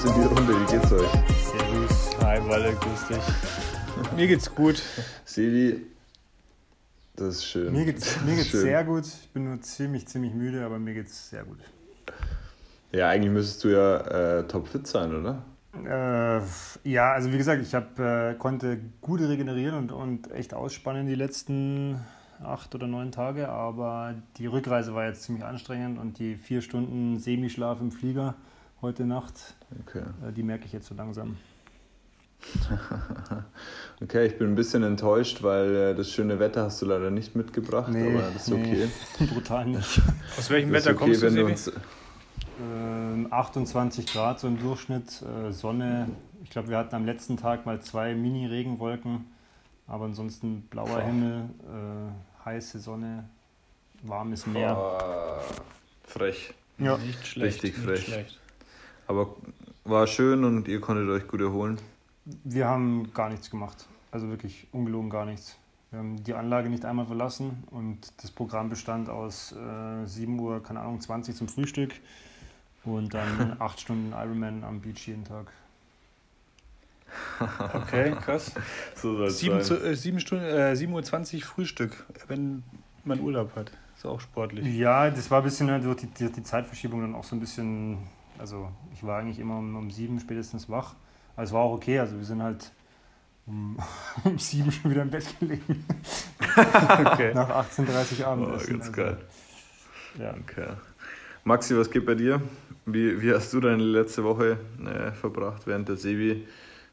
Servus in die Runde, wie geht's euch? Servus, hi Walle, grüß dich. Mir geht's gut. Sevi, das ist schön. Mir geht's sehr gut. Ich bin nur ziemlich müde, aber mir geht's sehr gut. Ja, eigentlich müsstest du ja topfit sein, oder? Ja, also wie gesagt, ich konnte gut regenerieren und echt ausspannen die letzten 8 oder 9 Tage, aber die Rückreise war jetzt ziemlich anstrengend und die 4 Stunden Semischlaf im Flieger heute Nacht, Okay. Die merke ich jetzt so langsam. Okay, ich bin ein bisschen enttäuscht, weil das schöne Wetter hast du leider nicht mitgebracht, aber das ist okay. Brutal nicht. Aus welchem Das ist Wetter kommst du, wenn du Sebi? uns, 28 Grad so im Durchschnitt, Sonne. Ich glaube, wir hatten am letzten Tag mal 2 Mini-Regenwolken, aber ansonsten blauer Himmel, heiße Sonne, warmes Meer. frech. Ja. Nicht schlecht. Richtig nicht frech. schlecht. Aber war schön und ihr konntet euch gut erholen. Wir haben gar nichts gemacht, also wirklich ungelogen gar nichts. Wir haben die Anlage nicht einmal verlassen und das Programm bestand aus 7 Uhr, keine Ahnung, 20 zum Frühstück und dann 8 Stunden Ironman am Beach jeden Tag. Okay, krass. So soll es 7 Uhr 20 Frühstück, wenn man Urlaub hat. Ist auch sportlich. Ja, das war ein bisschen durch die Zeitverschiebung dann auch so ein bisschen, also ich war eigentlich immer um 7 spätestens wach. Aber es war auch okay, also wir sind halt um 7 schon wieder im Bett gelegen. Okay. Nach 18:30 Uhr Abendessen. ganz geil. Ja. Okay. Maxi, was geht bei dir? Wie hast du deine letzte Woche verbracht, während der Sebi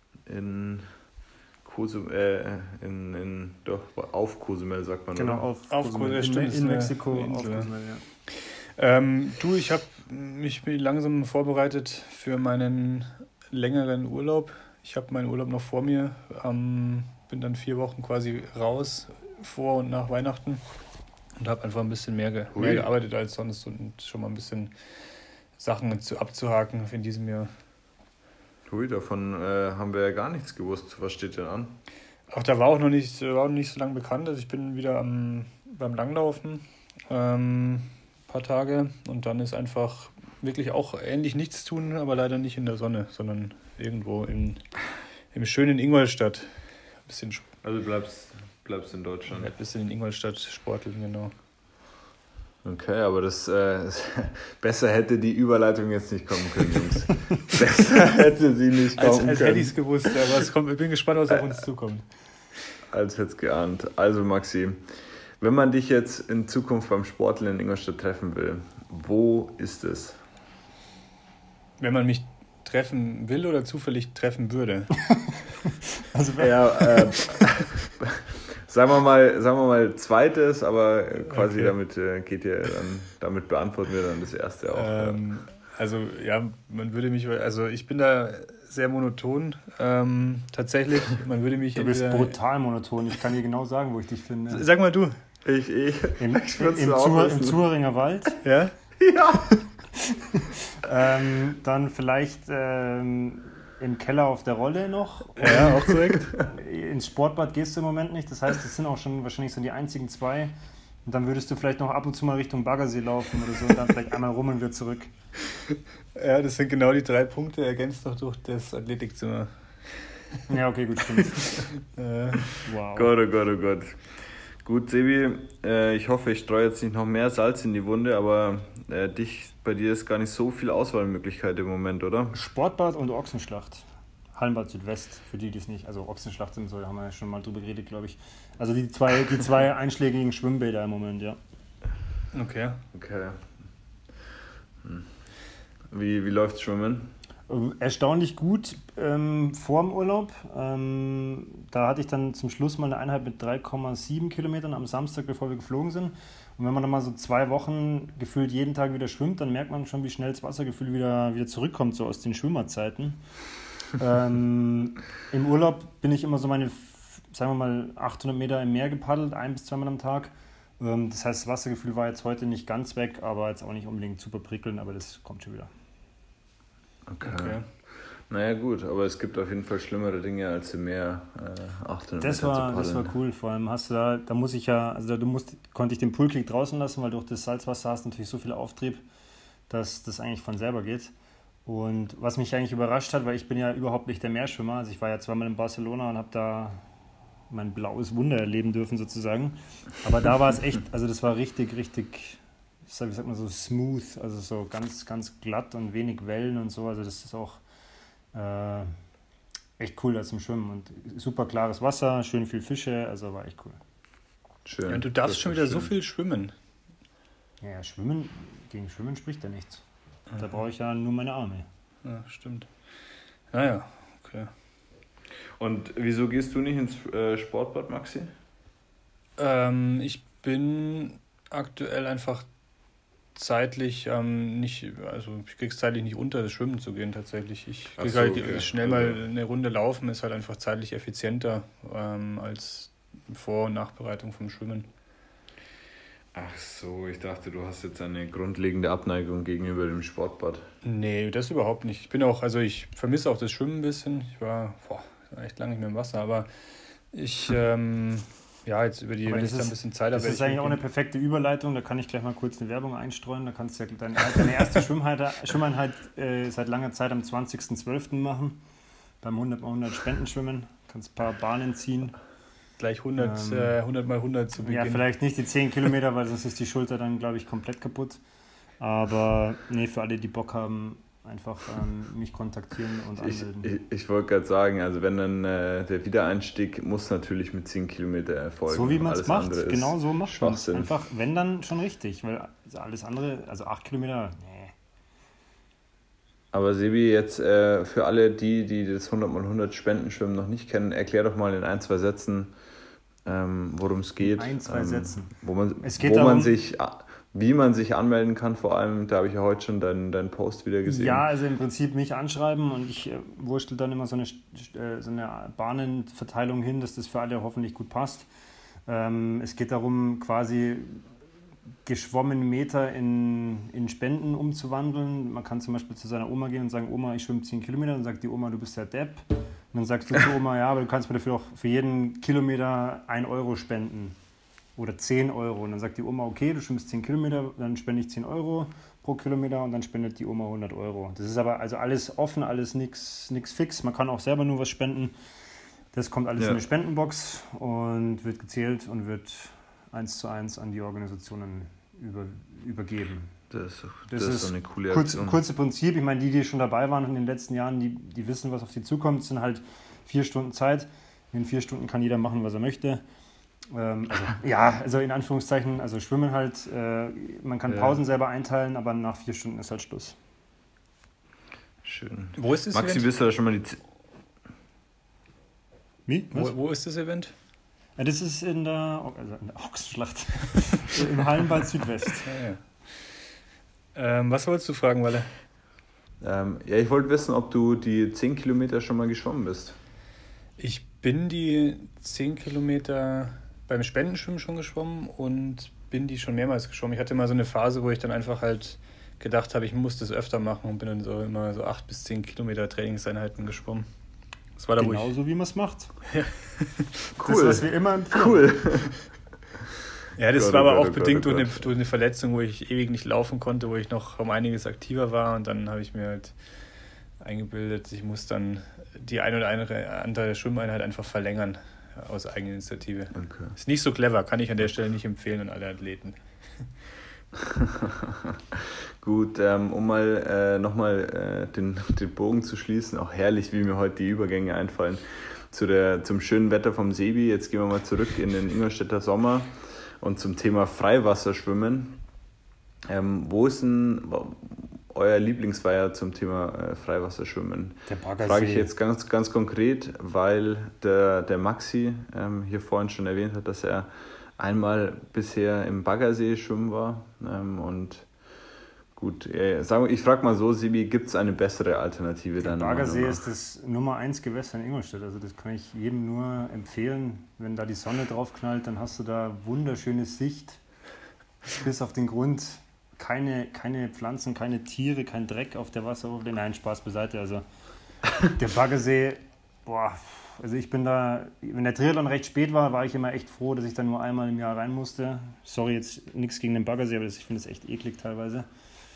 auf Cozumel, sagt man, Genau, oder? auf Cozumel, stimmt, in ist Mexiko, eine auf Insel. Cozumel, ja. Du, ich habe mich langsam vorbereitet für meinen längeren Urlaub. Ich habe meinen Urlaub noch vor mir. Bin dann 4 Wochen quasi raus, vor und nach Weihnachten. Und habe einfach ein bisschen mehr gearbeitet als sonst und schon mal ein bisschen Sachen abzuhaken in diesem Jahr. Hui, davon haben wir ja gar nichts gewusst. Was steht denn an? Auch da war noch nicht so lange bekannt. Also ich bin wieder beim Langlaufen paar Tage und dann ist einfach wirklich auch ähnlich nichts tun, aber leider nicht in der Sonne, sondern irgendwo im schönen Ingolstadt. Also bleibst in Deutschland. Ein bisschen in Ingolstadt sporteln, genau. Okay, aber das besser hätte die Überleitung jetzt nicht kommen können, Jungs. Besser hätte sie nicht kommen Als können. hätte ich es gewusst, aber ich bin gespannt, was auf uns zukommt. Als hätte es geahnt. Also Maxi, wenn man dich jetzt in Zukunft beim Sporteln in Ingolstadt treffen will, wo ist es? Wenn man mich treffen will oder zufällig treffen würde. Also, Ja, sagen wir mal zweites, aber quasi Okay. damit beantworten wir dann das erste auch. Also ja, ich bin da sehr monoton. Tatsächlich, man würde mich du bist brutal monoton. Ich kann dir genau sagen, wo ich dich finde. Sag mal du. Ich Im würd's auch wissen. Zuhöringer Wald. Ja? Ja. Dann vielleicht im Keller auf der Rolle noch. Ja, auch korrekt. Ins Sportbad gehst du im Moment nicht. Das heißt, das sind auch schon wahrscheinlich so die einzigen 2. Und dann würdest du vielleicht noch ab und zu mal Richtung Baggersee laufen oder so und dann vielleicht einmal rum und wieder zurück. Ja, das sind genau die 3 Punkte, ergänzt noch durch das Athletikzimmer. Ja, okay, gut, stimmt. Wow. Gott, oh Gott, oh Gott. Gut, Sebi, ich hoffe, ich streue jetzt nicht noch mehr Salz in die Wunde, aber bei dir ist gar nicht so viel Auswahlmöglichkeit im Moment, oder? Sportbad und Ochsenschlacht. Hallenbad Südwest, für die es nicht, also Ochsenschlacht und so, da haben wir ja schon mal drüber geredet, glaube ich. Also die zwei einschlägigen Schwimmbäder im Moment, ja. Okay. Wie läuft's Schwimmen? Erstaunlich gut vorm Urlaub. Da hatte ich dann zum Schluss mal eine Einheit mit 3,7 Kilometern am Samstag, bevor wir geflogen sind. Und wenn man dann mal so 2 Wochen gefühlt jeden Tag wieder schwimmt, dann merkt man schon, wie schnell das Wassergefühl wieder zurückkommt, so aus den Schwimmerzeiten. Im Urlaub bin ich immer so meine, sagen wir mal, 800 Meter im Meer gepaddelt, 1 bis 2 Mal am Tag. Das heißt, das Wassergefühl war jetzt heute nicht ganz weg, aber jetzt auch nicht unbedingt super prickelnd, aber das kommt schon wieder. Okay. Naja gut, aber es gibt auf jeden Fall schlimmere Dinge als im Meer 800 Das Meter zu paddeln. war cool, vor allem hast du konnte ich den Poolkick draußen lassen, weil durch das Salzwasser hast du natürlich so viel Auftrieb, dass das eigentlich von selber geht. Und was mich eigentlich überrascht hat, weil ich bin ja überhaupt nicht der Meerschwimmer, also ich war ja zweimal in Barcelona und habe da mein blaues Wunder erleben dürfen sozusagen. Aber da war es echt, also das war richtig, richtig, wie sagt man so, smooth, also so ganz, ganz glatt und wenig Wellen und so. Also das ist auch echt cool da zum Schwimmen und super klares Wasser, schön viel Fische, also war echt cool. Schön. Ja, und du darfst schon wieder so viel schwimmen. Ja, gegen Schwimmen spricht ja nichts. Da brauche ich ja nur meine Arme. Ja, stimmt. Naja, okay. Und wieso gehst du nicht ins Sportbad, Maxi? Ich bin aktuell einfach zeitlich nicht, also ich krieg's zeitlich nicht unter, das Schwimmen zu gehen tatsächlich. Ich krieg schnell mal eine Runde laufen, ist halt einfach zeitlich effizienter als Vor- und Nachbereitung vom Schwimmen. Ach so, ich dachte, du hast jetzt eine grundlegende Abneigung gegenüber dem Sportbad. Nee, das überhaupt nicht. Ich vermisse auch das Schwimmen ein bisschen. Ich war echt lange nicht mehr im Wasser, aber ich, jetzt wenn ich da ein bisschen Zeit habe. Das ist eigentlich auch eine perfekte Überleitung, da kann ich gleich mal kurz eine Werbung einstreuen. Da kannst du ja deine erste Schwimmeinheit seit langer Zeit am 20.12. machen, beim 100x100 Spendenschwimmen. Kannst ein paar Bahnen ziehen. Gleich 100x100 zu Beginn. Ja, vielleicht nicht die 10 Kilometer, weil sonst ist die Schulter dann, glaube ich, komplett kaputt. Aber nee, für alle, die Bock haben, einfach mich kontaktieren und anmelden. Ich wollte gerade sagen, also wenn dann der Wiedereinstieg muss natürlich mit 10 Kilometer erfolgen. So wie man es macht, genau so macht man es. Einfach, wenn dann schon richtig, weil alles andere, also 8 Kilometer, nee. Aber Sebi, jetzt für alle, die das 100x100 Spendenschwimmen noch nicht kennen, erklär doch mal in 1, 2 Sätzen, worum es geht. In 1, 2 Sätzen. Wie man sich anmelden kann, vor allem, da habe ich ja heute schon deinen Post wieder gesehen. Ja, also im Prinzip mich anschreiben und ich wurstel dann immer so eine Bahnenverteilung hin, dass das für alle hoffentlich gut passt. Es geht darum, quasi geschwommene Meter in Spenden umzuwandeln. Man kann zum Beispiel zu seiner Oma gehen und sagen, Oma, ich schwimme 10 Kilometer. Dann sagt die Oma, du bist der Depp. Und dann sagst du zu Oma, ja, aber du kannst mir dafür auch für jeden Kilometer 1 Euro spenden. Oder 10 Euro. Und dann sagt die Oma, okay, du schwimmst 10 Kilometer, dann spende ich 10 Euro pro Kilometer und dann spendet die Oma 100 Euro. Das ist aber also alles offen, alles nichts fix. Man kann auch selber nur was spenden. Das kommt alles in eine Spendenbox und wird gezählt und wird 1:1 an die Organisationen übergeben. Das ist so eine coole Aktion. Kurze Prinzip, ich meine, die schon dabei waren in den letzten Jahren, die wissen, was auf sie zukommt. Es sind halt 4 Stunden Zeit. In 4 Stunden kann jeder machen, was er möchte. Also in Anführungszeichen, also schwimmen halt, man kann Pausen selber einteilen, aber nach 4 Stunden ist halt Schluss. Schön. Wo ist das Maxi, Event? bist du da schon mal Wo ist das Event? Ja, das ist in der Ochsenschlacht, im Hallenbad Südwest. Was wolltest du fragen, Walle? Ich wollte wissen, ob du die 10 Kilometer schon mal geschwommen bist. Ich bin die 10 Kilometer beim Spendenschwimmen schon geschwommen und bin die schon mehrmals geschwommen. Ich hatte mal so eine Phase, wo ich dann einfach halt gedacht habe, ich muss das öfter machen und bin dann so immer so 8 bis 10 Kilometer Trainingseinheiten geschwommen. Das war da, genauso wie man es macht. Ja. Cool. Das, was wir immer empfehlen. Cool. Ja, das war aber auch bedingt durch eine Verletzung, wo ich ewig nicht laufen konnte, wo ich noch um einiges aktiver war und dann habe ich mir halt eingebildet, ich muss dann die ein oder andere Schwimmeinheit einfach verlängern aus Eigeninitiative. Okay. Ist nicht so clever, kann ich an der Stelle nicht empfehlen an alle Athleten. Gut, um mal nochmal den Bogen zu schließen, auch herrlich, wie mir heute die Übergänge einfallen, zum schönen Wetter vom Sebi. Jetzt gehen wir mal zurück in den Ingolstädter Sommer und zum Thema Freiwasserschwimmen. Wo ist denn euer Lieblingsweiher zum Thema Freiwasserschwimmen? Der Baggersee. Frage ich jetzt ganz, ganz konkret, weil der Maxi hier vorhin schon erwähnt hat, dass er einmal bisher im Baggersee schwimmen war. Und gut, ich frage mal so, Sibi, gibt es eine bessere Alternative? Der Baggersee ist das Nummer 1 Gewässer in Ingolstadt. Also das kann ich jedem nur empfehlen. Wenn da die Sonne drauf knallt, dann hast du da wunderschöne Sicht bis auf den Grund. Keine Pflanzen, keine Tiere, kein Dreck auf der Wasseroberfläche. Nein, Spaß beiseite. Also der Baggersee, also ich bin da, wenn der Triathlon recht spät war ich immer echt froh, dass ich da nur einmal im Jahr rein musste. Sorry, jetzt nichts gegen den Baggersee, aber ich finde es echt eklig teilweise.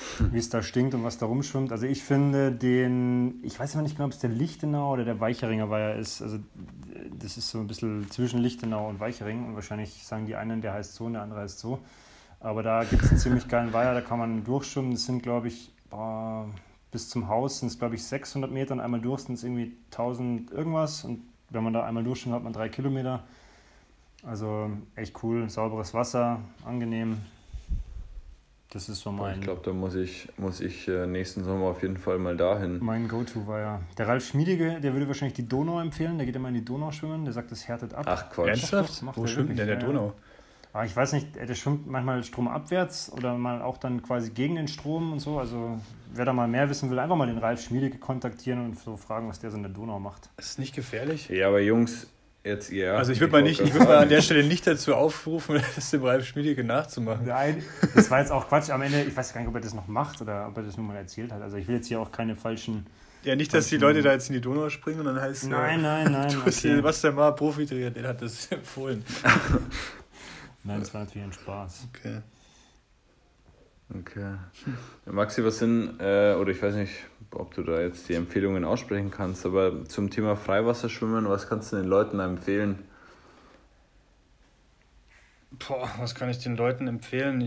wie es da stinkt und was da rumschwimmt. Also ich finde ich weiß immer nicht genau, ob es der Lichtenau oder der Weicheringer Weiher ist. Also das ist so ein bisschen zwischen Lichtenau und Weichering und wahrscheinlich sagen die einen, der heißt so und der andere heißt so. Aber da gibt es einen ziemlich geilen Weiher, da kann man durchschwimmen. Das sind, glaube ich, bis zum Haus sind es, glaube ich, 600 Meter und einmal durch sind es irgendwie 1000 irgendwas. Und wenn man da einmal durchschwimmt, hat man 3 Kilometer. Also echt cool, sauberes Wasser, angenehm. Das ist so mein... Ich glaube, da muss ich nächsten Sommer auf jeden Fall mal dahin. Mein Go-To war ja... Der Ralf Schmiedige, der würde wahrscheinlich die Donau empfehlen. Der geht immer in die Donau schwimmen. Der sagt, das härtet ab. Ach Quatsch. Ernsthaft? Wo schwimmt der Donau? Aber ich weiß nicht, der schwimmt manchmal stromabwärts oder mal auch dann quasi gegen den Strom und so. Also wer da mal mehr wissen will, einfach mal den Ralf Schmiedige kontaktieren und so fragen, was der so in der Donau macht. Ist das nicht gefährlich? Ja, aber Jungs... Jetzt, ja, also ich würde mal an der Stelle nicht dazu aufrufen, das dem Ralf Schmiedige nachzumachen. Nein, das war jetzt auch Quatsch. Am Ende, ich weiß gar nicht, ob er das noch macht oder ob er das nur mal erzählt hat. Also ich will jetzt hier auch keine falschen... Ja, nicht, dass die Leute da jetzt in die Donau springen und dann heißt es... Nein. Okay. Was der mal Profi-Trainer, der hat das empfohlen. Nein, das war natürlich ein Spaß. Okay. Ja, Maxi, was sind, oder ich weiß nicht, ob du da jetzt die Empfehlungen aussprechen kannst, aber zum Thema Freiwasserschwimmen, was kannst du den Leuten empfehlen? Was kann ich den Leuten empfehlen?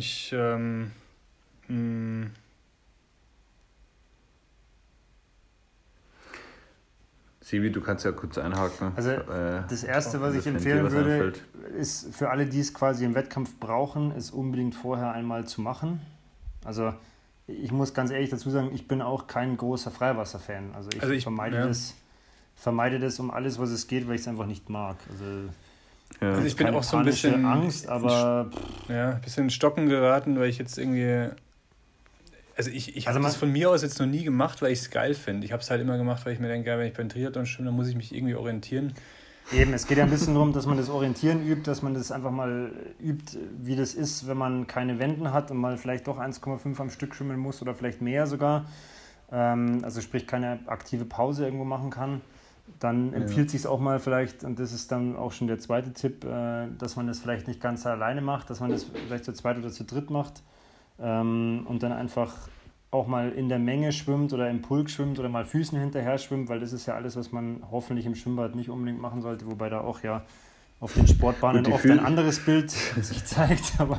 Sibi, du kannst ja kurz einhaken. Also das Erste, was ich empfehlen würde, ist für alle, die es quasi im Wettkampf brauchen, ist unbedingt vorher einmal zu machen. Also ich muss ganz ehrlich dazu sagen, ich bin auch kein großer Freiwasser-Fan. Also ich vermeide das um alles, was es geht, weil ich es einfach nicht mag. Also ich bin auch so ein bisschen Angst, aber ein bisschen in Stocken geraten, weil ich jetzt irgendwie... Also ich habe das von mir aus jetzt noch nie gemacht, weil ich es geil finde. Ich habe es halt immer gemacht, weil ich mir denke, wenn ich beim Triathlon schwimme, dann muss ich mich irgendwie orientieren. Eben, es geht ja ein bisschen darum, dass man das Orientieren übt, dass man das einfach mal übt, wie das ist, wenn man keine Wenden hat und mal vielleicht doch 1,5 am Stück schwimmen muss oder vielleicht mehr sogar. Also sprich keine aktive Pause irgendwo machen kann. Dann empfiehlt sich auch mal vielleicht, und das ist dann auch schon der zweite Tipp, dass man das vielleicht nicht ganz alleine macht, dass man das vielleicht zu zweit oder zu dritt macht. Und dann einfach auch mal in der Menge schwimmt oder im Pulk schwimmt oder mal Füßen hinterher schwimmt, weil das ist ja alles, was man hoffentlich im Schwimmbad nicht unbedingt machen sollte, wobei da auch ja auf den Sportbahnen oft ein anderes Bild sich zeigt. Aber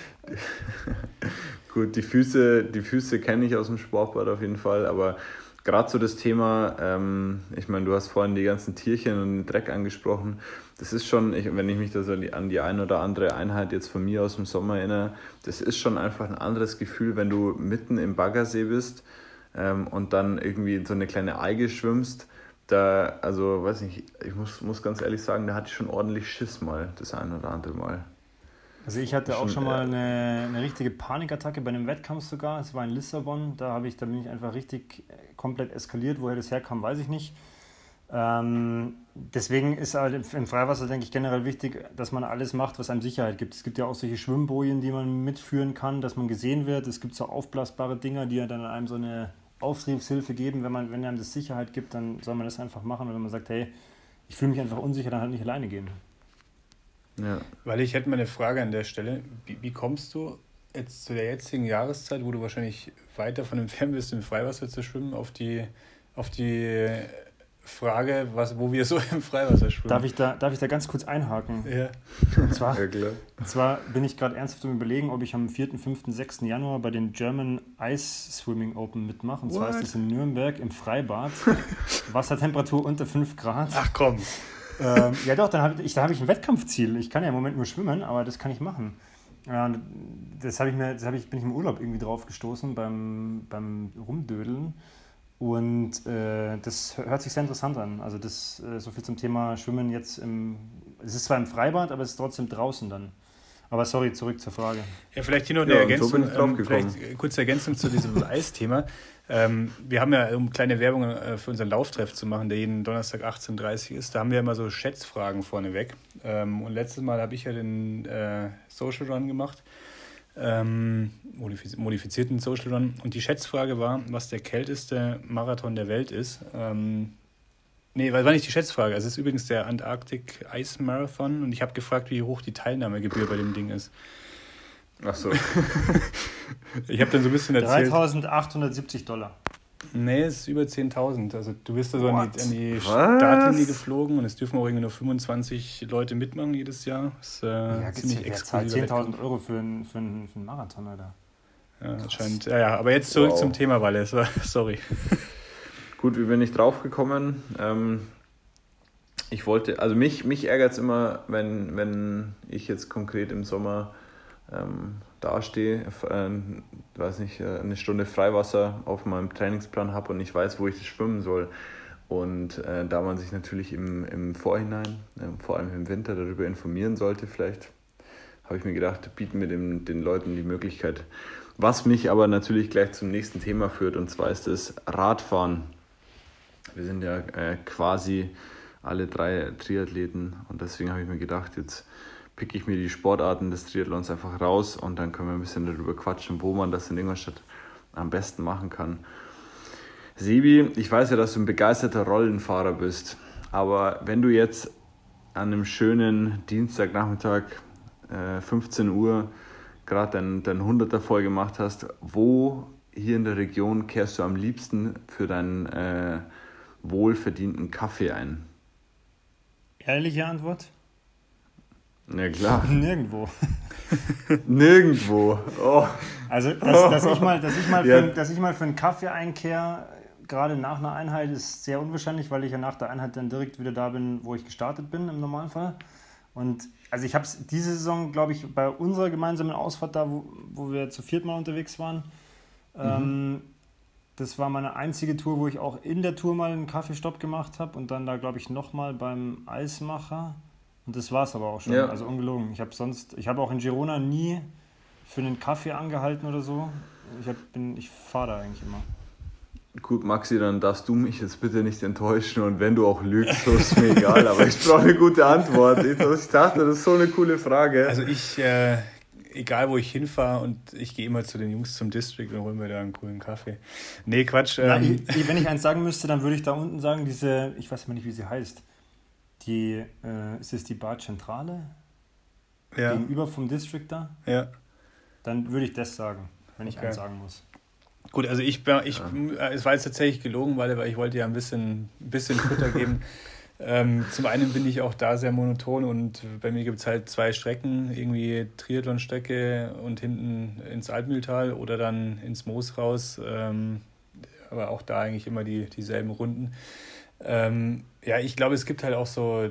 Gut, die Füße kenne ich aus dem Sportbad auf jeden Fall, aber gerade so das Thema, ich meine, du hast vorhin die ganzen Tierchen und den Dreck angesprochen. Das ist schon, wenn ich mich da so an die ein oder andere Einheit jetzt von mir aus dem Sommer erinnere, das ist schon einfach ein anderes Gefühl, wenn du mitten im Baggersee bist und dann irgendwie in so eine kleine Alge schwimmst. Da, also weiß nicht, ich muss ganz ehrlich sagen, da hatte ich schon ordentlich Schiss mal, das ein oder andere Mal. Also ich hatte auch schon mal eine richtige Panikattacke bei einem Wettkampf sogar. Es war in Lissabon, da bin ich einfach richtig komplett eskaliert. Woher das herkam, weiß ich nicht. Deswegen ist halt im Freiwasser, denke ich, generell wichtig, dass man alles macht, was einem Sicherheit gibt. Es gibt ja auch solche Schwimmbojen, die man mitführen kann, dass man gesehen wird. Es gibt so aufblasbare Dinger, die ja dann einem so eine Auftriebshilfe geben. Wenn einem das Sicherheit gibt, dann soll man das einfach machen. Und wenn man sagt, hey, ich fühle mich einfach unsicher, dann halt nicht alleine gehen. Ja. Weil ich hätte mal eine Frage an der Stelle. Wie kommst du jetzt zu der jetzigen Jahreszeit, wo du wahrscheinlich weiter von entfernt bist, im Freiwasser zu schwimmen, auf die Frage, wo wir so im Freiwasser schwimmen? Darf ich da ganz kurz einhaken? Ja. Und zwar bin ich gerade ernsthaft am Überlegen, ob ich am 4., 5., 6. Januar bei den German Ice Swimming Open mitmache. Und zwar ist das in Nürnberg im Freibad. Wassertemperatur unter 5 Grad. Ach komm. Ja doch, da hab ich ein Wettkampfziel. Ich kann ja im Moment nur schwimmen, aber das kann ich machen. Bin ich im Urlaub irgendwie drauf gestoßen beim Rumdödeln. Und das hört sich sehr interessant an. Also das so viel zum Thema Schwimmen jetzt es ist zwar im Freibad, aber es ist trotzdem draußen dann. Aber sorry, zurück zur Frage. Ja, vielleicht hier noch eine Ergänzung, vielleicht kurze Ergänzung zu diesem Eisthema. Wir haben ja, um kleine Werbung für unseren Lauftreff zu machen, der jeden Donnerstag 18:30 Uhr ist, da haben wir immer so Schätzfragen vorneweg. Und letztes Mal habe ich ja den Social Run gemacht, modifizierten Social Run. Und die Schätzfrage war, was der kälteste Marathon der Welt ist. War nicht die Schätzfrage. Es ist übrigens der Antarctic Ice Marathon und ich habe gefragt, wie hoch die Teilnahmegebühr bei dem Ding ist. Ach so. Ich habe dann so ein bisschen erzählt. $3.870. Nee, es ist über 10.000. Also du bist da so an die Startlinie geflogen und es dürfen auch irgendwie nur 25 Leute mitmachen jedes Jahr. Das ist ziemlich exklusiv. 10.000 Euro für einen Marathon, Alter. Ja, anscheinend. Ja, aber jetzt zurück zum Thema, Walle. Sorry. Gut, wie bin ich drauf gekommen? Ich wollte, also mich ärgert es immer, wenn ich jetzt konkret im Sommer dastehe, weiß nicht, eine Stunde Freiwasser auf meinem Trainingsplan habe und nicht weiß, wo ich das schwimmen soll. Und da man sich natürlich im Vorhinein, vor allem im Winter, darüber informieren sollte, vielleicht habe ich mir gedacht, bieten wir den Leuten die Möglichkeit. Was mich aber natürlich gleich zum nächsten Thema führt, und zwar ist das Radfahren. Wir sind ja quasi alle 3 Triathleten und deswegen habe ich mir gedacht, jetzt picke ich mir die Sportarten des Triathlons einfach raus und dann können wir ein bisschen darüber quatschen, wo man das in Ingolstadt am besten machen kann. Sebi, ich weiß ja, dass du ein begeisterter Rollenfahrer bist, aber wenn du jetzt an einem schönen Dienstagnachmittag 15 Uhr gerade dein 100er voll gemacht hast, wo hier in der Region kehrst du am liebsten für deinen wohlverdienten Kaffee ein? Ehrliche Antwort? Ja, klar. Nirgendwo. Nirgendwo. Oh. Also, dass ich mal für einen Kaffee einkehre, gerade nach einer Einheit, ist sehr unwahrscheinlich, weil ich ja nach der Einheit dann direkt wieder da bin, wo ich gestartet bin im Normalfall. Und also ich habe es diese Saison, glaube ich, bei unserer gemeinsamen Ausfahrt da, wo wir zu 4 Mal unterwegs waren, das war meine einzige Tour, wo ich auch in der Tour mal einen Kaffeestopp gemacht habe und dann da, glaube ich, nochmal beim Eismacher. Und das war es aber auch schon, also ungelogen. Ich habe auch in Girona nie für einen Kaffee angehalten oder so. Ich fahre da eigentlich immer. Gut, Maxi, dann darfst du mich jetzt bitte nicht enttäuschen und wenn du auch lügst, so ist mir egal, aber ich brauche eine gute Antwort. Ich dachte, das ist so eine coole Frage. Also egal wo ich hinfahre und ich gehe immer zu den Jungs zum District und holen mir da einen coolen Kaffee. Nee, Quatsch. Wenn ich eins sagen müsste, dann würde ich da unten sagen, ich weiß immer nicht, wie sie heißt, ist es die Bar Zentrale? Ja. Gegenüber vom District da? Ja. Dann würde ich das sagen, wenn ich eins sagen muss. Gut, also es war jetzt tatsächlich gelogen, weil ich wollte ja ein bisschen Futter geben. Zum einen bin ich auch da sehr monoton und bei mir gibt es halt 2 Strecken, irgendwie Triathlon-Strecke und hinten ins Altmühltal oder dann ins Moos raus, aber auch da eigentlich immer dieselben Runden. Ich glaube, es gibt halt auch so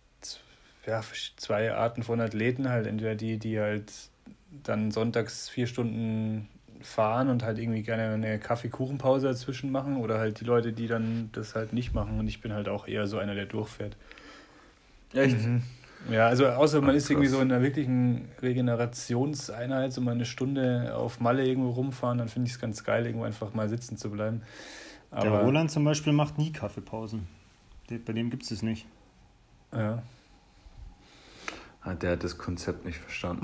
2 Arten von Athleten, halt entweder die halt dann sonntags 4 Stunden fahren und halt irgendwie gerne eine Kaffee-Kuchen-Pause dazwischen machen oder halt die Leute, die dann das halt nicht machen und ich bin halt auch eher so einer, der durchfährt. Echt? Ja, also außer man ist irgendwie so in einer wirklichen Regenerationseinheit, so mal eine Stunde auf Malle irgendwo rumfahren, dann finde ich es ganz geil, irgendwo einfach mal sitzen zu bleiben. Aber der Roland zum Beispiel macht nie Kaffeepausen. Bei dem gibt es es nicht. Ja. Der hat das Konzept nicht verstanden.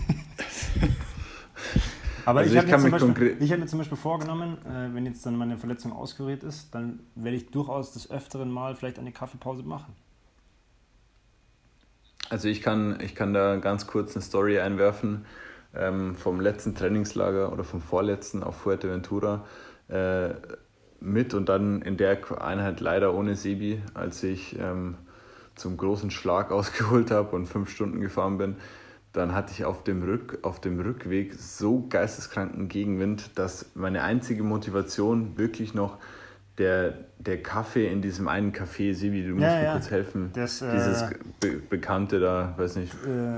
Aber also ich habe mir zum Beispiel vorgenommen, wenn jetzt dann meine Verletzung auskuriert ist, dann werde ich durchaus des Öfteren mal vielleicht eine Kaffeepause machen. Also ich kann da ganz kurz eine Story einwerfen vom letzten Trainingslager oder vom vorletzten auf Fuerteventura mit und dann in der Einheit leider ohne Sebi, als ich zum großen Schlag ausgeholt habe und 5 Stunden gefahren bin. Dann hatte ich auf dem Rückweg so geisteskranken Gegenwind, dass meine einzige Motivation wirklich noch der Kaffee in diesem einen Café, Sebi, du musst mir kurz helfen, dieses Bekannte da, weiß nicht.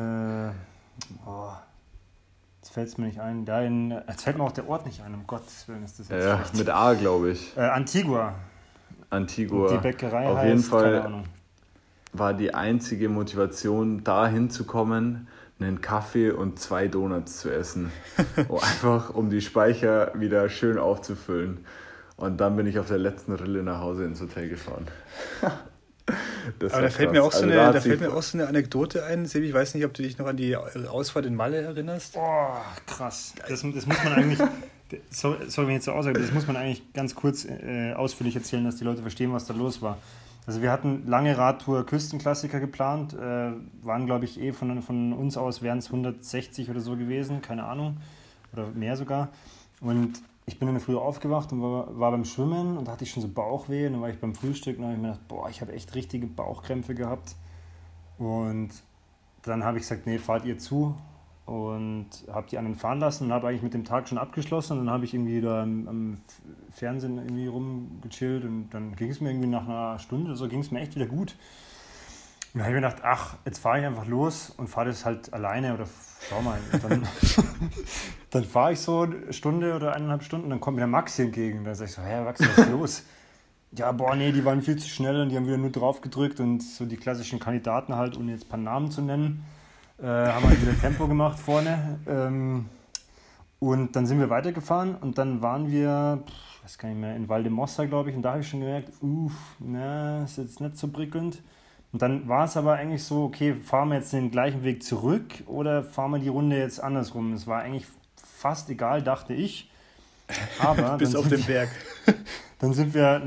Jetzt fällt es mir nicht ein. Jetzt fällt mir auch der Ort nicht ein, um Gottes Willen ist das jetzt schlecht. Mit A, glaube ich. Antigua. Und die Bäckerei auf heißt, jeden Fall keine Ahnung. War die einzige Motivation, da hinzukommen, einen Kaffee und 2 Donuts zu essen. Einfach um die Speicher wieder schön aufzufüllen. Und dann bin ich auf der letzten Rille nach Hause ins Hotel gefahren. Aber da fällt mir auch so eine Anekdote ein, Sebi, ich weiß nicht, ob du dich noch an die Ausfahrt in Malle erinnerst. Oh, krass. Das muss man eigentlich, sorry, wenn ich jetzt so aussage, das muss man eigentlich ganz kurz ausführlich erzählen, dass die Leute verstehen, was da los war. Also wir hatten lange Radtour Küstenklassiker geplant, waren glaube ich von uns aus wären es 160 oder so gewesen, keine Ahnung, oder mehr sogar. Und ich bin in der Früh aufgewacht und war beim Schwimmen und da hatte ich schon so Bauchweh. Und dann war ich beim Frühstück und habe ich mir gedacht, boah, ich habe echt richtige Bauchkrämpfe gehabt. Und dann habe ich gesagt, nee, fahrt ihr zu. Und habe die anderen fahren lassen und habe eigentlich mit dem Tag schon abgeschlossen. Und dann habe ich irgendwie da am Fernsehen irgendwie rumgechillt und dann ging es mir irgendwie nach einer Stunde oder so, ging es mir echt wieder gut. Und dann habe ich mir gedacht, ach, jetzt fahre ich einfach los und fahre das halt alleine oder schau mal. Und dann fahre ich so eine Stunde oder 1,5 Stunden und dann kommt mir der Maxi entgegen. Und dann sage ich so, Max, was ist los? Ja, boah, nee, die waren viel zu schnell und die haben wieder nur drauf gedrückt und so die klassischen Kandidaten halt, ohne jetzt ein paar Namen zu nennen. Haben halt wieder Tempo gemacht vorne und dann sind wir weitergefahren und dann waren wir, ich weiß gar nicht mehr, in Valdemossa, glaube ich, und da habe ich schon gemerkt, ist jetzt nicht so prickelnd. Und dann war es aber eigentlich so, okay, fahren wir jetzt den gleichen Weg zurück oder fahren wir die Runde jetzt andersrum? Es war eigentlich fast egal, dachte ich. Aber bis auf den Berg. Dann sind wir,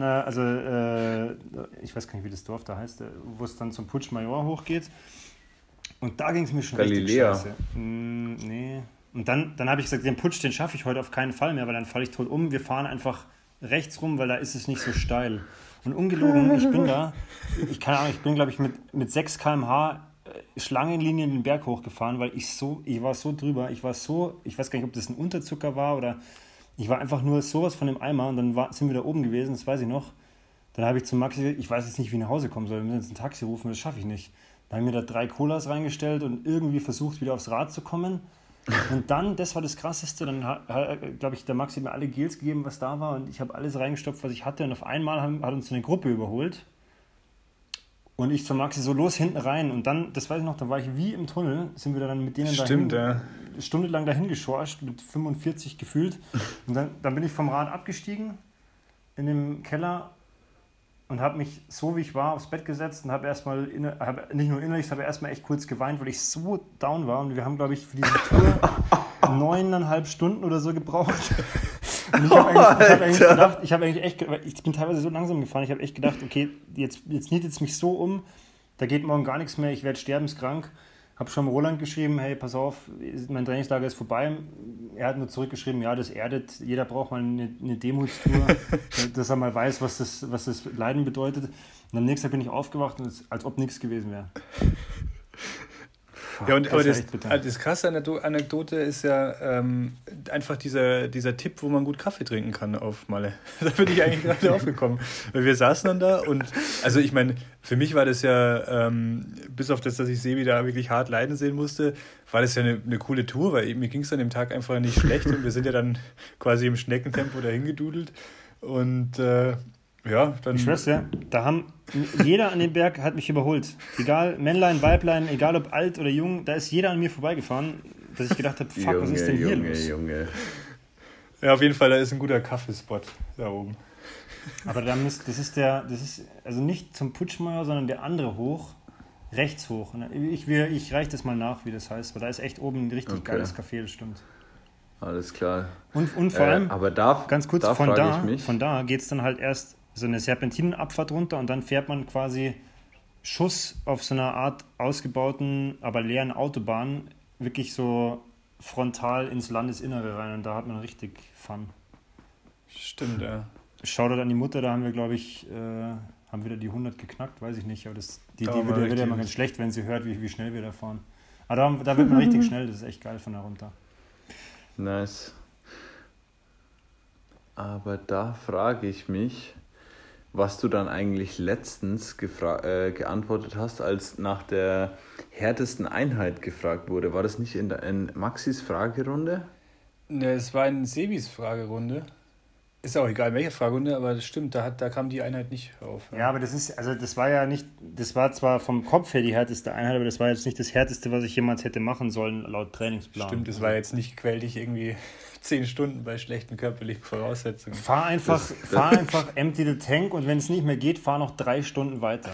ich weiß gar nicht, wie das Dorf da heißt, wo es dann zum Puig Maior hochgeht. Und da ging es mir schon Galilea. richtig scheiße. Nee. Und dann habe ich gesagt, den Putsch, den schaffe ich heute auf keinen Fall mehr, weil dann falle ich tot um. Wir fahren einfach rechts rum, weil da ist es nicht so steil. Und ungelogen, ich bin, glaube ich, mit 6 km/h Schlangenlinien den Berg hochgefahren, weil ich war so drüber, ich weiß gar nicht, ob das ein Unterzucker war oder ich war einfach nur sowas von dem Eimer und dann sind wir da oben gewesen, das weiß ich noch. Dann habe ich zu Maxi gesagt, ich weiß jetzt nicht, wie ich nach Hause kommen soll, wir müssen jetzt ein Taxi rufen, das schaffe ich nicht. Dann haben wir da 3 Colas reingestellt und irgendwie versucht, wieder aufs Rad zu kommen. Und dann, das war das Krasseste, dann glaube ich, der Maxi hat mir alle Gels gegeben, was da war und ich habe alles reingestopft, was ich hatte und auf einmal hat uns eine Gruppe überholt und ich zum Maxi so los hinten rein und dann, das weiß ich noch, da war ich wie im Tunnel, sind wir dann mit denen stundenlang dahin geschorcht, mit 45 gefühlt und dann bin ich vom Rad abgestiegen in dem Keller und habe mich so wie ich war aufs Bett gesetzt und habe erstmal, nicht nur innerlich, habe erstmal echt kurz geweint, weil ich so down war und wir haben, glaube ich, für diese Tour 9,5 Stunden oder so gebraucht. Und ich bin teilweise so langsam gefahren, ich habe echt gedacht, okay, jetzt nietet es mich so um, da geht morgen gar nichts mehr, ich werde sterbenskrank. Habe schon Roland geschrieben, hey, pass auf, mein Trainingslager ist vorbei. Er hat nur zurückgeschrieben, ja, das erdet, jeder braucht mal eine Demutstour, dass er mal weiß, was das Leiden bedeutet. Und am nächsten Tag bin ich aufgewacht, und als ob nichts gewesen wäre. Ja, aber das krasse Anekdote ist ja einfach dieser Tipp, wo man gut Kaffee trinken kann auf Malle. Da bin ich eigentlich gerade aufgekommen. Weil wir saßen dann da und, also ich meine, für mich war das ja, bis auf das, dass ich Sebi da wirklich hart leiden sehen musste, war das ja eine coole Tour, weil mir ging es an dem Tag einfach nicht schlecht und wir sind ja dann quasi im Schneckentempo dahin gedudelt und ja, dann... Ich schwör's dir, jeder an dem Berg hat mich überholt. Egal, Männlein, Weiblein, egal ob alt oder jung, da ist jeder an mir vorbeigefahren, dass ich gedacht habe, fuck, was ist denn hier los? Ja, auf jeden Fall, da ist ein guter Kaffeespot da oben. Aber das ist also nicht zum Puigmaior, sondern der andere hoch, rechts hoch. Ich reiche das mal nach, wie das heißt, weil da ist echt oben ein richtig geiles Café, das stimmt. Alles klar. Und vor allem, aber ganz kurz, von da geht es dann halt erst so eine Serpentinenabfahrt runter und dann fährt man quasi Schuss auf so einer Art ausgebauten, aber leeren Autobahn wirklich so frontal ins Landesinnere rein und da hat man richtig Fun. Stimmt, ja. Shoutout an die Mutter, da haben wir, glaube ich, haben wieder die 100 geknackt, weiß ich nicht, aber die wird ja immer ganz schlecht, wenn sie hört, wie schnell wir da fahren. Aber da wird man richtig schnell, das ist echt geil von da runter. Nice. Aber da frage ich mich, was du dann eigentlich letztens geantwortet hast, als nach der härtesten Einheit gefragt wurde. War das nicht in Maxis Fragerunde? Ne, es war in Sebis Fragerunde. Ist auch egal, welche Fragerunde, aber das stimmt, da kam die Einheit nicht auf. Ja, aber das war zwar vom Kopf her die härteste Einheit, aber das war jetzt nicht das Härteste, was ich jemals hätte machen sollen, laut Trainingsplan. Stimmt, das war jetzt nicht quäl dich irgendwie 10 Stunden bei schlechten körperlichen Voraussetzungen. Fahr einfach empty the tank und wenn es nicht mehr geht, fahr noch 3 Stunden weiter.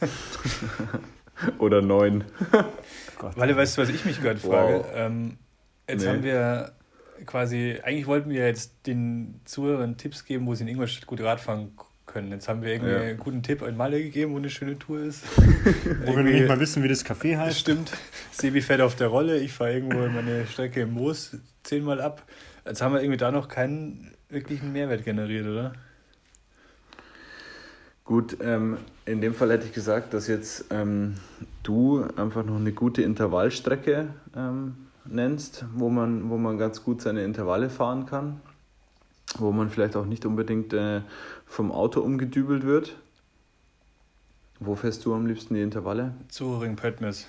Oder 9. Weil, weißt du, was ich mich gerade frage? Jetzt haben wir quasi, eigentlich wollten wir jetzt den Zuhörern Tipps geben, wo sie in Ingolstadt gut Radfahren können. Jetzt haben wir irgendwie einen guten Tipp an Malle gegeben, wo eine schöne Tour ist. Wo wir nicht mal wissen, wie das Café heißt. Stimmt. Sebi fährt auf der Rolle, ich fahre irgendwo meine Strecke im Moos 10-mal ab. Jetzt haben wir irgendwie da noch keinen wirklichen Mehrwert generiert, oder? Gut, in dem Fall hätte ich gesagt, dass jetzt du einfach noch eine gute Intervallstrecke nennst, wo man ganz gut seine Intervalle fahren kann, wo man vielleicht auch nicht unbedingt vom Auto umgedübelt wird. Wo fährst du am liebsten die Intervalle? Zuhering-Pöttmes.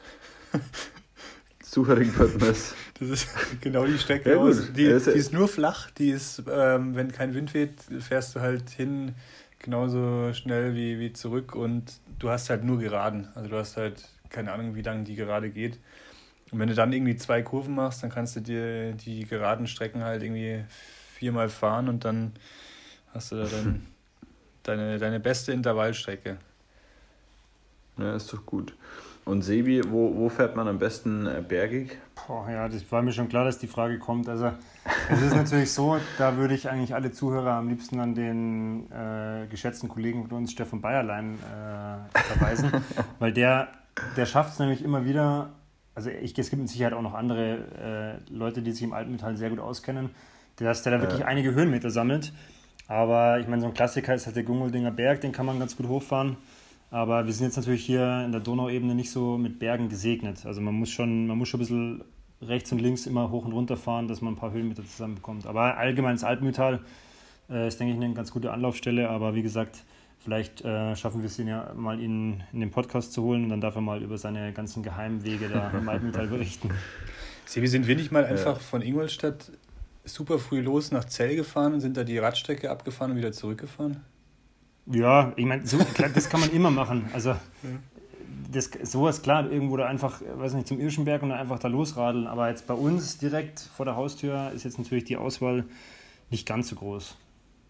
Zuhering-Pöttmes. Das ist genau die Strecke. Ja, die ist nur flach, die ist, wenn kein Wind weht, fährst du halt hin genauso schnell wie zurück und du hast halt nur Geraden. Also du hast halt keine Ahnung, wie lange die Gerade geht. Und wenn du dann irgendwie 2 Kurven machst, dann kannst du dir die geraden Strecken halt irgendwie 4-mal fahren und dann hast du da dann deine beste Intervallstrecke. Ja, ist doch gut. Und Sebi, wo fährt man am besten bergig? Ja, das war mir schon klar, dass die Frage kommt. Also es ist natürlich so, da würde ich eigentlich alle Zuhörer am liebsten an den geschätzten Kollegen von uns, Stefan Bayerlein, verweisen, weil der schafft es nämlich immer wieder, also es gibt mit Sicherheit auch noch andere Leute, die sich im Alpenmetall sehr gut auskennen, dass der da wirklich einige Höhenmeter sammelt. Aber ich meine, so ein Klassiker ist halt der Gungeldinger Berg, den kann man ganz gut hochfahren. Aber wir sind jetzt natürlich hier in der Donauebene nicht so mit Bergen gesegnet. Also man muss schon ein bisschen rechts und links immer hoch und runter fahren, dass man ein paar Höhenmeter zusammenbekommt. Aber allgemein das Alpenmetall ist, denke ich, eine ganz gute Anlaufstelle. Aber wie gesagt, vielleicht schaffen wir es ihn ja mal in den Podcast zu holen und dann darf er mal über seine ganzen geheimen Wege da im Alpenmetall berichten. Sebi, sind wir nicht mal einfach von Ingolstadt super früh los nach Zell gefahren und sind da die Radstrecke abgefahren und wieder zurückgefahren? Ja, ich meine, so, das kann man immer machen. Also sowas, klar, irgendwo da einfach, weiß nicht, zum Irschenberg und dann einfach da losradeln. Aber jetzt bei uns direkt vor der Haustür ist jetzt natürlich die Auswahl nicht ganz so groß.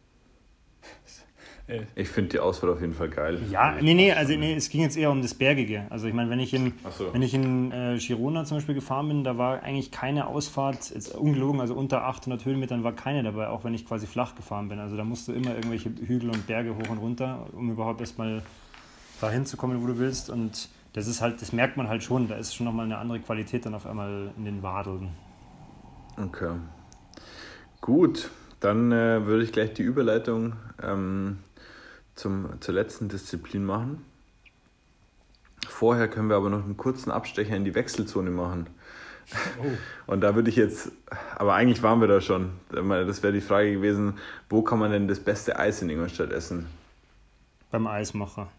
Ich finde die Auswahl auf jeden Fall geil. Ja, es ging jetzt eher um das Bergige. Also ich meine, wenn ich in Girona zum Beispiel gefahren bin, da war eigentlich keine Ausfahrt, jetzt ungelogen, also unter 800 Höhenmetern war keine dabei, auch wenn ich quasi flach gefahren bin. Also da musst du immer irgendwelche Hügel und Berge hoch und runter, um überhaupt erstmal dahin zu kommen, wo du willst. Und das merkt man halt schon, da ist schon nochmal eine andere Qualität dann auf einmal in den Wadeln. Okay. Gut, dann würde ich gleich die Überleitung zur letzten Disziplin machen. Vorher können wir aber noch einen kurzen Abstecher in die Wechselzone machen. Oh. Und da würde ich jetzt, aber eigentlich waren wir da schon, das wäre die Frage gewesen, wo kann man denn das beste Eis in Ingolstadt essen? Beim Eismacher.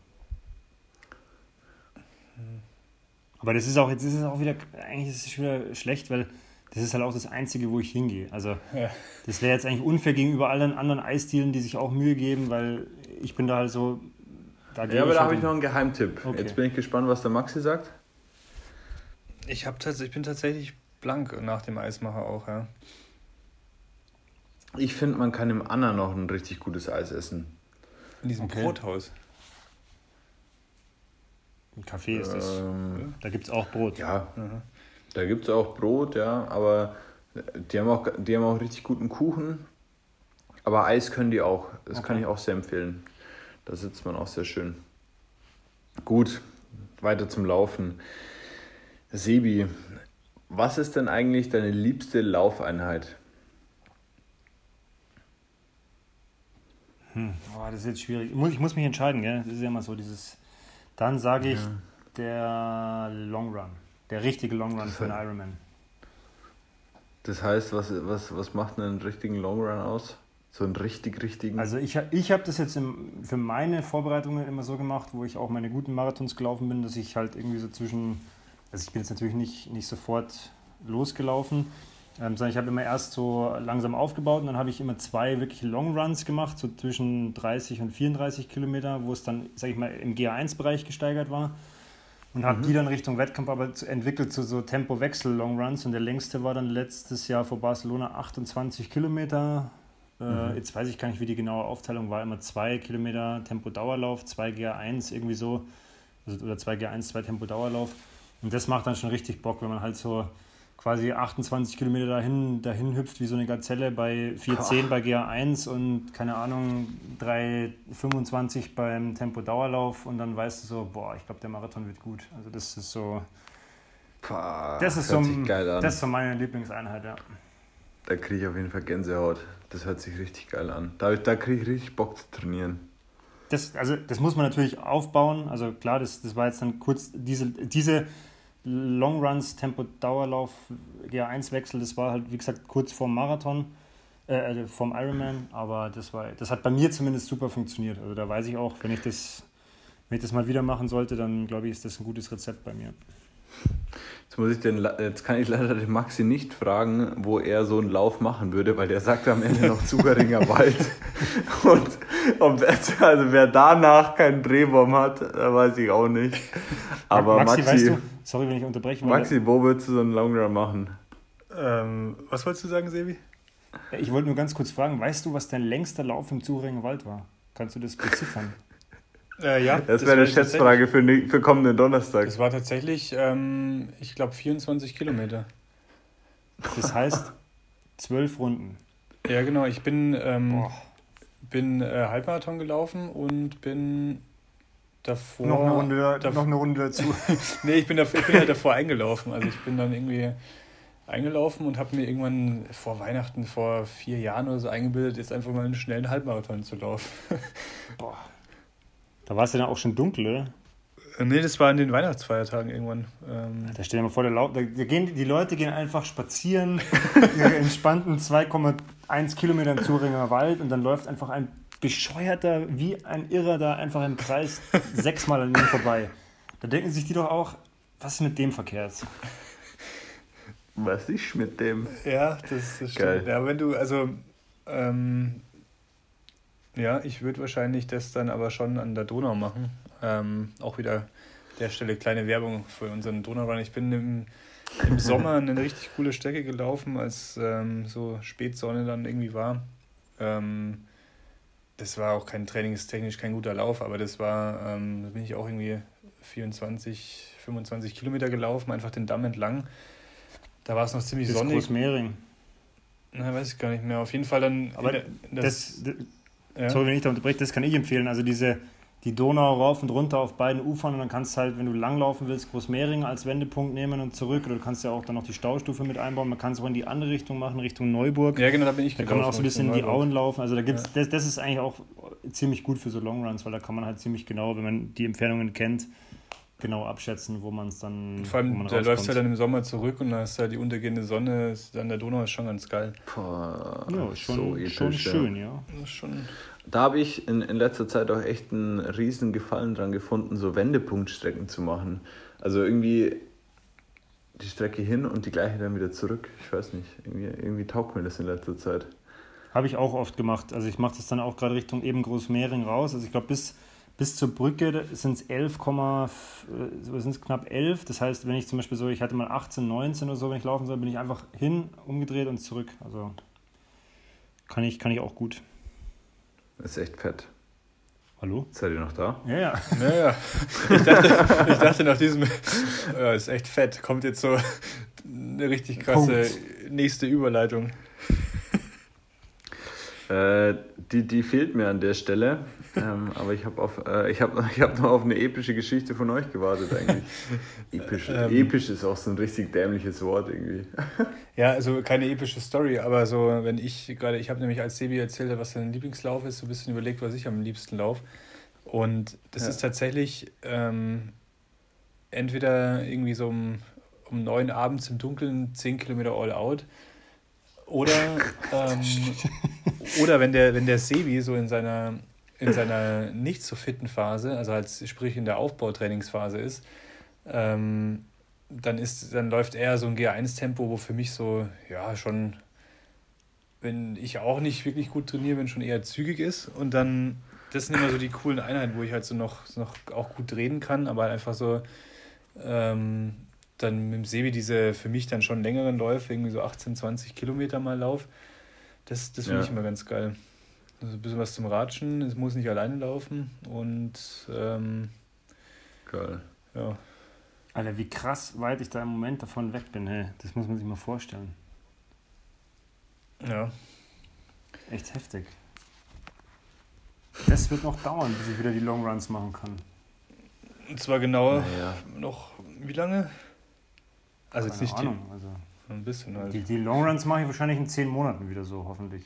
Aber jetzt ist es auch wieder, eigentlich ist es schon wieder schlecht, weil das ist halt auch das Einzige, wo ich hingehe. Also das wäre jetzt eigentlich unfair gegenüber allen anderen Eisdielen, die sich auch Mühe geben, weil ich bin da halt so... Ja, aber da habe ich noch einen Geheimtipp. Okay. Jetzt bin ich gespannt, was der Maxi sagt. Ich bin tatsächlich blank nach dem Eismacher auch, ja. Ich finde, man kann im Anna noch ein richtig gutes Eis essen. In diesem Brothaus. Ein Café ist das. Da gibt es auch Brot. Ja, da gibt es auch Brot, ja, aber die haben auch richtig guten Kuchen. Aber Eis können die auch. Das kann ich auch sehr empfehlen. Da sitzt man auch sehr schön. Gut, weiter zum Laufen. Sebi, was ist denn eigentlich deine liebste Laufeinheit? Das ist jetzt schwierig. Ich muss mich entscheiden, gell? Das ist ja immer so dieses... Dann sage ich der Long Run. Der richtige Long Run für einen Ironman. Das heißt, was macht einen richtigen Long Run aus? So einen richtigen? Also ich habe das jetzt für meine Vorbereitungen immer so gemacht, wo ich auch meine guten Marathons gelaufen bin, dass ich halt irgendwie so also ich bin jetzt natürlich nicht sofort losgelaufen, sondern ich habe immer erst so langsam aufgebaut und dann habe ich immer 2 wirklich Long Runs gemacht, so zwischen 30 und 34 Kilometer, wo es dann, sage ich mal, im GA1-Bereich gesteigert war. Und habe die dann Richtung Wettkampf aber entwickelt zu so Tempo-Wechsel-Long-Runs. Und der längste war dann letztes Jahr vor Barcelona 28 Kilometer. Jetzt weiß ich gar nicht, wie die genaue Aufteilung war. Immer 2 Kilometer Tempo-Dauerlauf, 2 GA1 irgendwie so. Oder 2 GA1, 2 Tempo-Dauerlauf. Und das macht dann schon richtig Bock, wenn man halt so quasi 28 Kilometer dahin hüpft wie so eine Gazelle bei 4,10 bei GA1 und keine Ahnung 3,25 beim Tempo-Dauerlauf und dann weißt du so, boah, ich glaube, der Marathon wird gut. Also das ist so, das ist so meine Lieblingseinheit, ja. Da kriege ich auf jeden Fall Gänsehaut. Das hört sich richtig geil an. Da kriege ich richtig Bock zu trainieren. Das muss man natürlich aufbauen. Also klar, das war jetzt dann kurz diese Longruns, Tempo-Dauerlauf, GA1-Wechsel, das war halt, wie gesagt, kurz vorm Marathon, vorm Ironman, aber das hat bei mir zumindest super funktioniert. Also da weiß ich auch, wenn ich das mal wieder machen sollte, dann glaube ich, ist das ein gutes Rezept bei mir. Jetzt kann ich leider den Maxi nicht fragen, wo er so einen Lauf machen würde, weil der sagt am Ende noch Zugeringer Wald. Und also wer danach keinen Drehbaum hat, weiß ich auch nicht. Aber Maxi, weißt du, sorry, wenn ich unterbreche. Maxi, wo würdest du so einen Long Run machen? Was wolltest du sagen, Sebi? Ich wollte nur ganz kurz fragen, weißt du, was dein längster Lauf im Zugeringer Wald war? Kannst du das beziffern? Ja, das wäre eine Schätzfrage für kommenden Donnerstag. Das war tatsächlich, ich glaube, 24 Kilometer. Das heißt 12 Runden. Ja, genau. Ich bin Halbmarathon gelaufen und bin davor... Noch eine Runde dazu. Nee, ich bin halt davor eingelaufen. Also ich bin dann irgendwie eingelaufen und habe mir irgendwann vor Weihnachten, vor 4 Jahren oder so eingebildet, jetzt einfach mal einen schnellen Halbmarathon zu laufen. Boah. Da war es ja dann auch schon dunkel, oder? Nee, das war an den Weihnachtsfeiertagen irgendwann. Da stell dir mal vor, die Leute gehen einfach spazieren, ihre entspannten 2,1 Kilometer im Zuringer Wald und dann läuft einfach ein Bescheuerter wie ein Irrer da einfach im Kreis 6-mal an ihnen vorbei. Da denken sich die doch auch, was ist mit dem verkehrt? Was ist mit dem? Ja, das stimmt. Geil. Ja, wenn du, also, ja, ich würde wahrscheinlich das dann aber schon an der Donau machen. Auch wieder an der Stelle kleine Werbung für unseren Donaurun. Ich bin im Sommer eine richtig coole Strecke gelaufen, als so Spätsonne dann irgendwie war. Das war auch trainingstechnisch kein guter Lauf, aber das war, da bin ich auch irgendwie 24, 25 Kilometer gelaufen, einfach den Damm entlang. Da war es noch ziemlich sonnig. Großmehring. Na, weiß ich gar nicht mehr. Auf jeden Fall dann... Aber sorry, wenn ich da unterbreche, das kann ich empfehlen. Also die Donau rauf und runter auf beiden Ufern und dann kannst du halt, wenn du langlaufen willst, Großmehring als Wendepunkt nehmen und zurück. Oder du kannst ja auch dann noch die Staustufe mit einbauen. Man kann es auch in die andere Richtung machen, Richtung Neuburg. Ja, genau, da bin ich gelaufen. Da kann man auch so ein bisschen in die Auen laufen. Also da gibt's, das ist eigentlich auch ziemlich gut für so Longruns, weil da kann man halt ziemlich genau, wenn man die Entfernungen kennt, genau abschätzen, wo man es dann. Vor allem, da läufst du halt dann im Sommer zurück und da ist halt die untergehende Sonne an der Donau, ist schon ganz geil. Boah, ja, schon schön, ja. Da habe ich in letzter Zeit auch echt einen riesen Gefallen dran gefunden, so Wendepunktstrecken zu machen. Also irgendwie die Strecke hin und die gleiche dann wieder zurück. Ich weiß nicht, irgendwie taugt mir das in letzter Zeit. Habe ich auch oft gemacht. Also ich mache das dann auch gerade Richtung eben Großmehring raus. Also ich glaube, bis zur Brücke sind es knapp 11. Das heißt, wenn ich zum Beispiel so, ich hatte mal 18, 19 oder so, wenn ich laufen soll, bin ich einfach hin, umgedreht und zurück. Also kann ich auch gut. Das ist echt fett. Hallo? Seid ihr noch da? Ja. Ich dachte nach diesem, ist echt fett, kommt jetzt so eine richtig krasse nächste Überleitung. Die fehlt mir an der Stelle, aber ich hab noch auf eine epische Geschichte von euch gewartet eigentlich. Episch ist auch so ein richtig dämliches Wort irgendwie. Ja, also keine epische Story, aber so, ich habe nämlich als Sebi erzählt, was sein Lieblingslauf ist, so ein bisschen überlegt, was ich am liebsten laufe. Und das ist tatsächlich entweder irgendwie so um 9 abends im Dunkeln 10 Kilometer all out oder wenn der Sebi so in seiner nicht so fitten Phase, also halt sprich in der Aufbautrainingsphase ist, dann läuft er so ein G1-Tempo, wo für mich so, ja, schon, wenn ich auch nicht wirklich gut trainiere, wenn schon eher zügig ist. Und dann, das sind immer so die coolen Einheiten, wo ich halt so noch auch gut reden kann, aber halt einfach so, dann mit dem Sebi diese für mich dann schon längeren Läufe, irgendwie so 18, 20 Kilometer mal Lauf, das finde ich immer ganz geil. Also ein bisschen was zum Ratschen, es muss nicht alleine laufen und geil. Ja. Alter, wie krass weit ich da im Moment davon weg bin, hey. Das muss man sich mal vorstellen. Ja. Echt heftig. Das wird noch dauern, bis ich wieder die Long Runs machen kann. Und zwar genau noch, wie lange? Also Keine jetzt nicht Ahnung, also ein bisschen halt. die Long Runs mache ich wahrscheinlich in 10 Monaten wieder so, hoffentlich.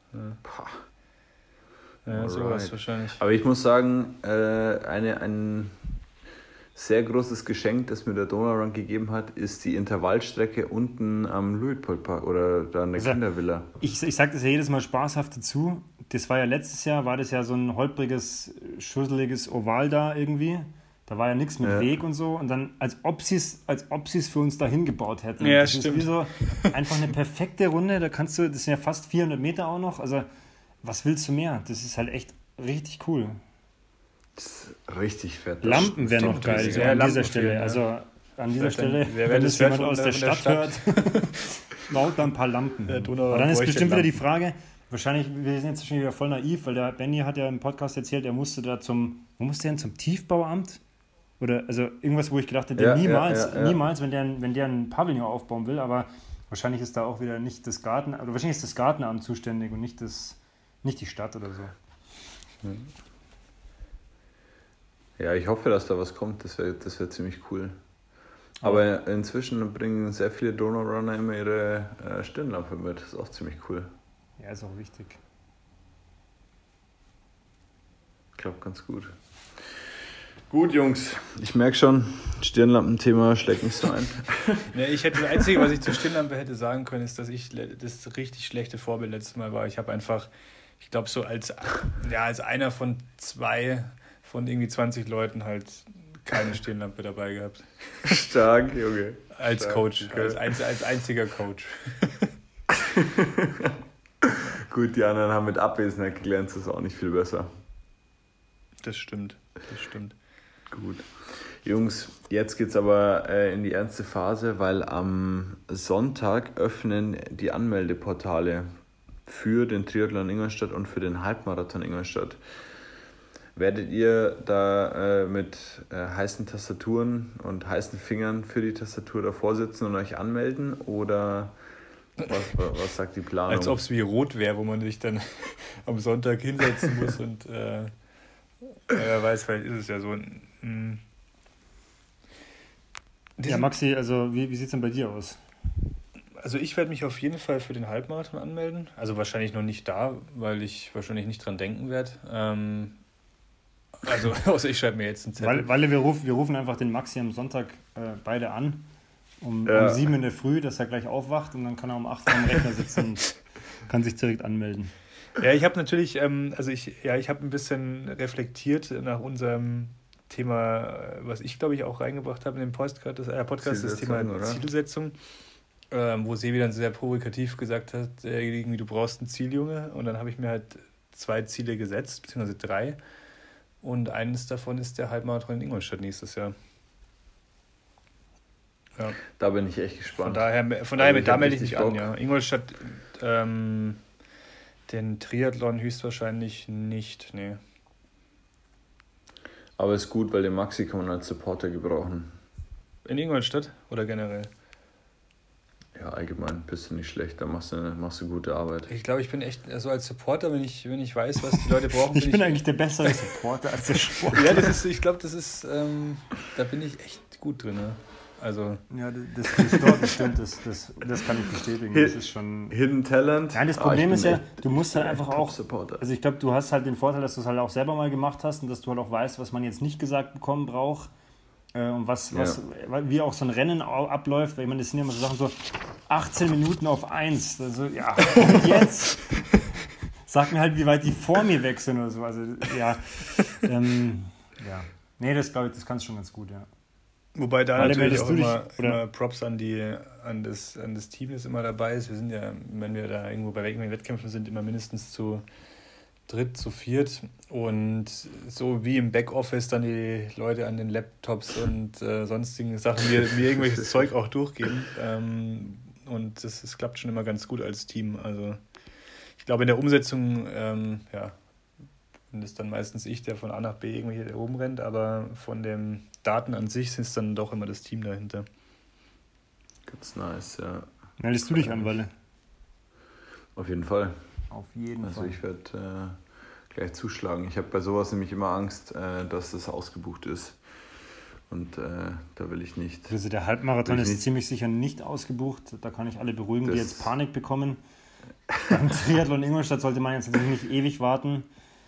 Ja, sowas wahrscheinlich. Aber ich muss sagen, ein sehr großes Geschenk, das mir der Donaurun gegeben hat, ist die Intervallstrecke unten am Luitpoldpark oder da an der Kindervilla. Ich sage das ja jedes Mal spaßhaft dazu. Das war ja letztes Jahr, war das ja so ein holpriges, schusseliges Oval da irgendwie. Da war ja nichts mit Weg und so. Und dann, als ob sie es für uns dahin gebaut hätten. Ja, das stimmt. ist wie so einfach eine perfekte Runde. Da kannst du, das sind ja fast 400 Meter auch noch. Also, was willst du mehr? Das ist halt echt richtig cool. Das ist richtig fett. Lampen wären noch geil, so an dieser Stelle. Ja. Also an dieser Stelle, wenn das jemand aus der Stadt hört, baut da ein paar Lampen. Aber dann ist bestimmt wieder die Frage, wahrscheinlich, wir sind jetzt schon wieder voll naiv, weil der Benny hat ja im Podcast erzählt, er musste da wo musste er denn, zum Tiefbauamt? Oder also irgendwas, wo ich gedacht hätte, niemals, wenn der ein Pavillon aufbauen will, aber wahrscheinlich ist da auch wieder nicht das oder wahrscheinlich ist das Gartenamt zuständig und nicht die Stadt oder so. Ja, ich hoffe, dass da was kommt, das wär ziemlich cool. Aber inzwischen bringen sehr viele Donaurunner immer ihre Stirnlampe mit, das ist auch ziemlich cool. Ja, ist auch wichtig. Klappt ganz gut. Gut, Jungs, ich merke schon, Stirnlampenthema schlägt nicht so ein. Ja, das Einzige, was ich zur Stirnlampe hätte sagen können, ist, dass ich das richtig schlechte Vorbild letztes Mal war. Ich habe einfach, ich glaube so als einer von 2 von irgendwie 20 Leuten halt keine Stirnlampe dabei gehabt. Stark, Junge. Als Stark, Coach, okay. als einziger Coach. Gut, die anderen haben mit Abwesenheit gelernt, das ist auch nicht viel besser. Das stimmt. Gut. Jungs, jetzt geht's aber in die ernste Phase, weil am Sonntag öffnen die Anmeldeportale für den Triathlon Ingolstadt und für den Halbmarathon Ingolstadt. Werdet ihr da mit heißen Tastaturen und heißen Fingern für die Tastatur davor sitzen und euch anmelden? Oder was sagt die Planung? Als ob es wie rot wäre, wo man sich dann am Sonntag hinsetzen muss und wer weiß, vielleicht ist es ja so. Ja, Maxi, also wie sieht es denn bei dir aus? Also ich werde mich auf jeden Fall für den Halbmarathon anmelden. Also wahrscheinlich noch nicht da, weil ich wahrscheinlich nicht dran denken werde. Also außer ich schreibe mir jetzt einen Zettel. Weil wir rufen einfach den Maxi am Sonntag beide an, um 7 in der Früh, dass er gleich aufwacht und dann kann er um 8 am Rechner sitzen und kann sich direkt anmelden. Ja, ich habe natürlich, ich habe ein bisschen reflektiert nach unserem Thema, was ich glaube ich auch reingebracht habe in den Podcast, das Thema Zielsetzung, wo Sebi dann sehr provokativ gesagt hat, irgendwie du brauchst ein Ziel, Junge, und dann habe ich mir halt 2 Ziele gesetzt, beziehungsweise 3, und eines davon ist der Halbmarathon in Ingolstadt nächstes Jahr. Ja. Da bin ich echt gespannt. Von daher da melde ich mich an, ja. Ingolstadt, den Triathlon höchstwahrscheinlich nicht, nee. Aber ist gut, weil den Maxi kann man als Supporter gebrauchen. In Ingolstadt oder generell? Ja, allgemein bist du nicht schlecht, da machst du gute Arbeit. Ich glaube, ich bin echt so als Supporter, wenn ich weiß, was die Leute brauchen. Ich bin eigentlich der bessere Supporter als der Sportler. Ja, ich glaube, da bin ich echt gut drin. Ne? Also ja, das stimmt, das kann ich bestätigen. Das ist schon Hidden Talent. Ja, das Problem ist ja, du musst halt einfach auch, Supporter. Also ich glaube, du hast halt den Vorteil, dass du es halt auch selber mal gemacht hast und dass du halt auch weißt, was man jetzt nicht gesagt bekommen braucht und wie auch so ein Rennen abläuft, weil ich meine, das sind ja immer so Sachen so 18 Minuten auf 1, also ja, und jetzt sag mir halt, wie weit die vor mir weg sind oder so, also ja, nee, das glaube ich, das kannst du schon ganz gut, ja. Wobei da natürlich auch immer Props an das Team, das immer dabei ist. Wir sind ja, wenn wir da irgendwo bei irgendwelchen Wettkämpfen sind, immer mindestens zu 3, zu 4. Und so wie im Backoffice dann die Leute an den Laptops und sonstigen Sachen mir irgendwelches Zeug auch durchgeben. Und das klappt schon immer ganz gut als Team. Also ich glaube, in der Umsetzung, bin das dann meistens ich, der von A nach B irgendwie rumrennt, aber von dem Starten an sich ist dann doch immer das Team dahinter. Ganz nice, ja. Meldest du dich an, Walle? Auf jeden Fall. Auf jeden Also Fall. ich werde gleich zuschlagen. Ich habe bei sowas nämlich immer Angst, dass das ausgebucht ist. Und da will ich nicht. Also der Halbmarathon will ich ist nicht. ziemlich sicher nicht ausgebucht. Da kann ich alle beruhigen, die Das- jetzt Panik bekommen. Beim Triathlon Ingolstadt sollte man jetzt natürlich nicht ewig warten.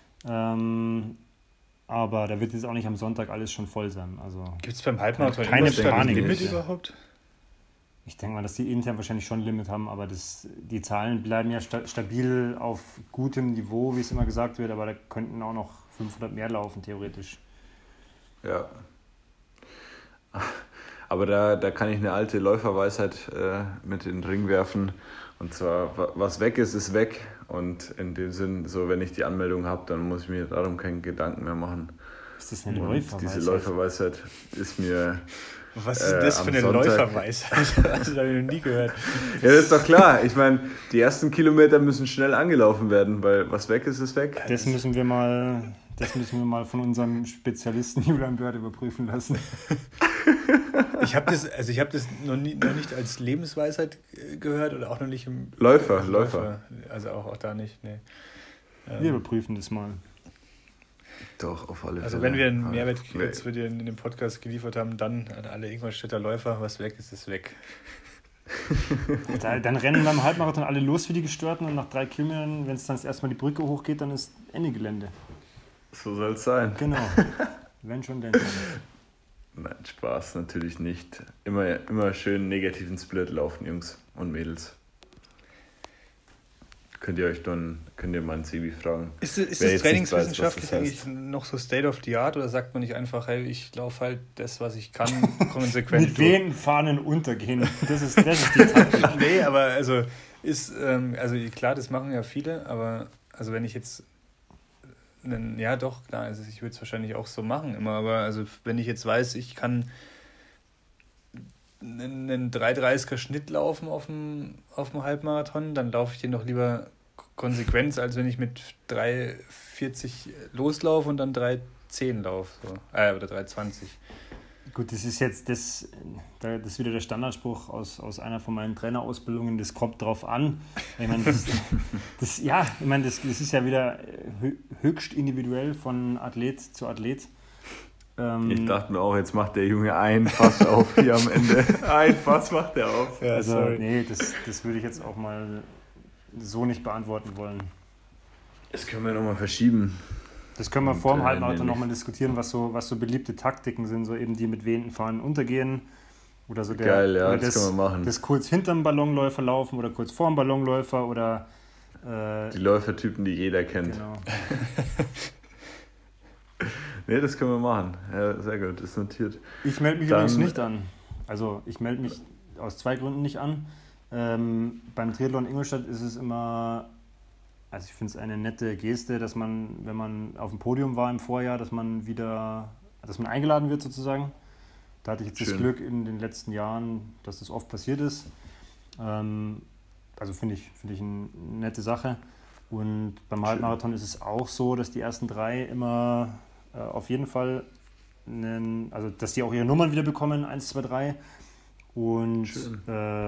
Aber da wird jetzt auch nicht am Sonntag alles schon voll sein. Also Gibt es beim Halbmarathon Keine Ingolstadt Panik. ein Limit Ja. überhaupt? ich denke mal, dass die intern wahrscheinlich schon ein Limit haben, aber die Zahlen bleiben ja stabil auf gutem Niveau, wie es immer gesagt wird, aber da könnten auch noch 500 mehr laufen, theoretisch. Ja. Aber da kann ich eine alte Läuferweisheit mit in den Ring werfen. Und zwar, was weg ist, ist weg. Und in dem Sinn, so wenn ich die Anmeldung habe, dann muss ich mir darum keinen Gedanken mehr machen. Ist das eine Und Läuferweisheit? diese Läuferweisheit ist mir... Was ist denn das am für eine Sonntag- Läuferweisheit? Das habe ich noch nie gehört. Ja, das ist doch klar. Ich meine, die ersten Kilometer müssen schnell angelaufen werden, weil was weg ist, ist weg. Das müssen wir mal von unserem Spezialisten Julian Börd überprüfen lassen. Ich habe das noch nicht als Lebensweisheit gehört oder auch noch nicht im Läufer. Also auch da nicht, nee. Wir überprüfen das mal. Doch, auf alle Fälle. Also wenn wir einen Mehrwert Nee. jetzt für den in dem Podcast geliefert haben, dann an alle Ingolstädter Läufer, was weg ist, ist weg. Dann rennen beim Halbmarathon alle los wie die Gestörten und nach 3 Kilometern, wenn es dann erstmal die Brücke hochgeht, dann ist Ende Gelände. So soll es sein. Genau. Wenn schon, denn. Nein, Spaß natürlich nicht. Immer schön negativen Split laufen, Jungs und Mädels. Könnt ihr mal einen Sebi fragen. Ist Wer das jetzt nicht weiß, trainingswissenschaftlich was das eigentlich noch so State of the Art oder sagt man nicht einfach, hey, ich laufe halt das, was ich kann, konsequent Mit wen Fahnen untergehen? Das ist die Taktik. Nee, aber also klar, das machen ja viele, aber also wenn ich jetzt ja doch, klar, also ich würde es wahrscheinlich auch so machen immer, aber also wenn ich jetzt weiß, ich kann einen 3,30er Schnitt laufen auf dem Halbmarathon, dann laufe ich den doch lieber konsequent, als wenn ich mit 3,40 loslaufe und dann 3,10 laufe. So. Oder 3,20. Gut, das ist jetzt das ist wieder der Standardspruch aus einer von meinen Trainerausbildungen, das kommt drauf an. Ich meine, das ist ja wieder höchst individuell von Athlet zu Athlet. Ich dachte mir auch, jetzt macht der Junge ein Fass auf hier am Ende. Ein Fass macht er auf. Ja, Also, sorry. nee, das würde ich jetzt auch mal so nicht beantworten wollen. Das können wir nochmal verschieben. Das können wir Und, vor dem Halbmarathon nämlich- nochmal diskutieren, was so beliebte Taktiken sind, so eben die mit wehenden Fahnen untergehen. Oder so Geil, ja, oder das können wir machen. Das kurz hinterm Ballonläufer laufen oder kurz vorm Ballonläufer oder Die Läufertypen, die jeder kennt. genau. Nee, das können wir machen. Ja, sehr gut, ist notiert. Ich melde mich Dann- übrigens nicht an. Also ich melde mich aus 2 Gründen nicht an. Beim Triathlon Ingolstadt ist es immer, also ich finde es eine nette Geste, dass man, wenn man auf dem Podium war im Vorjahr, dass man eingeladen wird sozusagen. Da hatte ich jetzt das Schön. Glück in den letzten Jahren, dass das oft passiert ist. Also finde ich eine nette Sache. Und beim Halbmarathon ist es auch so, dass die ersten 3 immer auf jeden Fall also dass die auch ihre Nummern wieder bekommen, 1, 2, 3. Und Schön.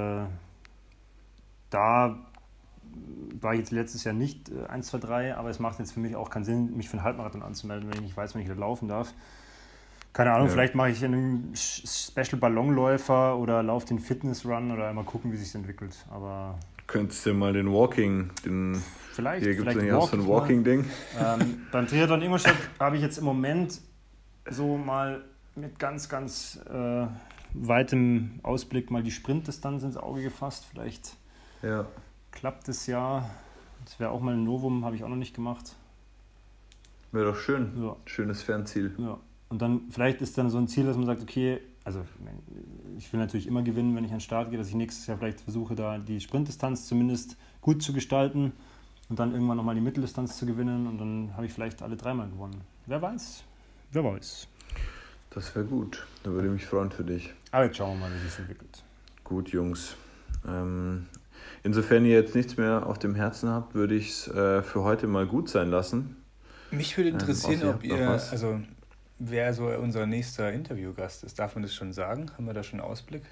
da war jetzt letztes Jahr nicht 1, 2, 3, aber es macht jetzt für mich auch keinen Sinn, mich für einen Halbmarathon anzumelden, wenn ich nicht weiß, wann ich wieder laufen darf. Keine Ahnung, Ja. vielleicht mache ich einen Special Ballonläufer oder laufe den Fitness Run oder mal gucken, wie sich entwickelt. Aber Könntest du mal den Walking, vielleicht hier gibt es vielleicht eigentlich auch so ein walk ich mal. Walking-Ding. Beim Triathlon Ingolstadt habe ich jetzt im Moment so mal mit ganz, ganz weitem Ausblick mal die Sprintdistanz ins Auge gefasst. Vielleicht Ja. klappt es ja. Das wäre auch mal ein Novum, habe ich auch noch nicht gemacht. Wäre doch schön. Ja, Schönes Fernziel. ja. Und dann vielleicht ist dann so ein Ziel, dass man sagt, okay, also ich will natürlich immer gewinnen, wenn ich an den Start gehe, dass ich nächstes Jahr vielleicht versuche, da die Sprintdistanz zumindest gut zu gestalten und dann irgendwann nochmal die Mitteldistanz zu gewinnen und dann habe ich vielleicht alle 3-mal gewonnen. Wer weiß. Wer weiß. Das wäre gut. Da würde ich mich freuen für dich. Aber jetzt schauen wir mal, wie sich entwickelt. Gut, Jungs. Insofern ihr jetzt nichts mehr auf dem Herzen habt, würde ich es für heute mal gut sein lassen. Mich würde interessieren, außer ihr ob habt noch ihr, was. also wer so unser nächster Interviewgast ist. Darf man das schon sagen? Haben wir da schon einen Ausblick?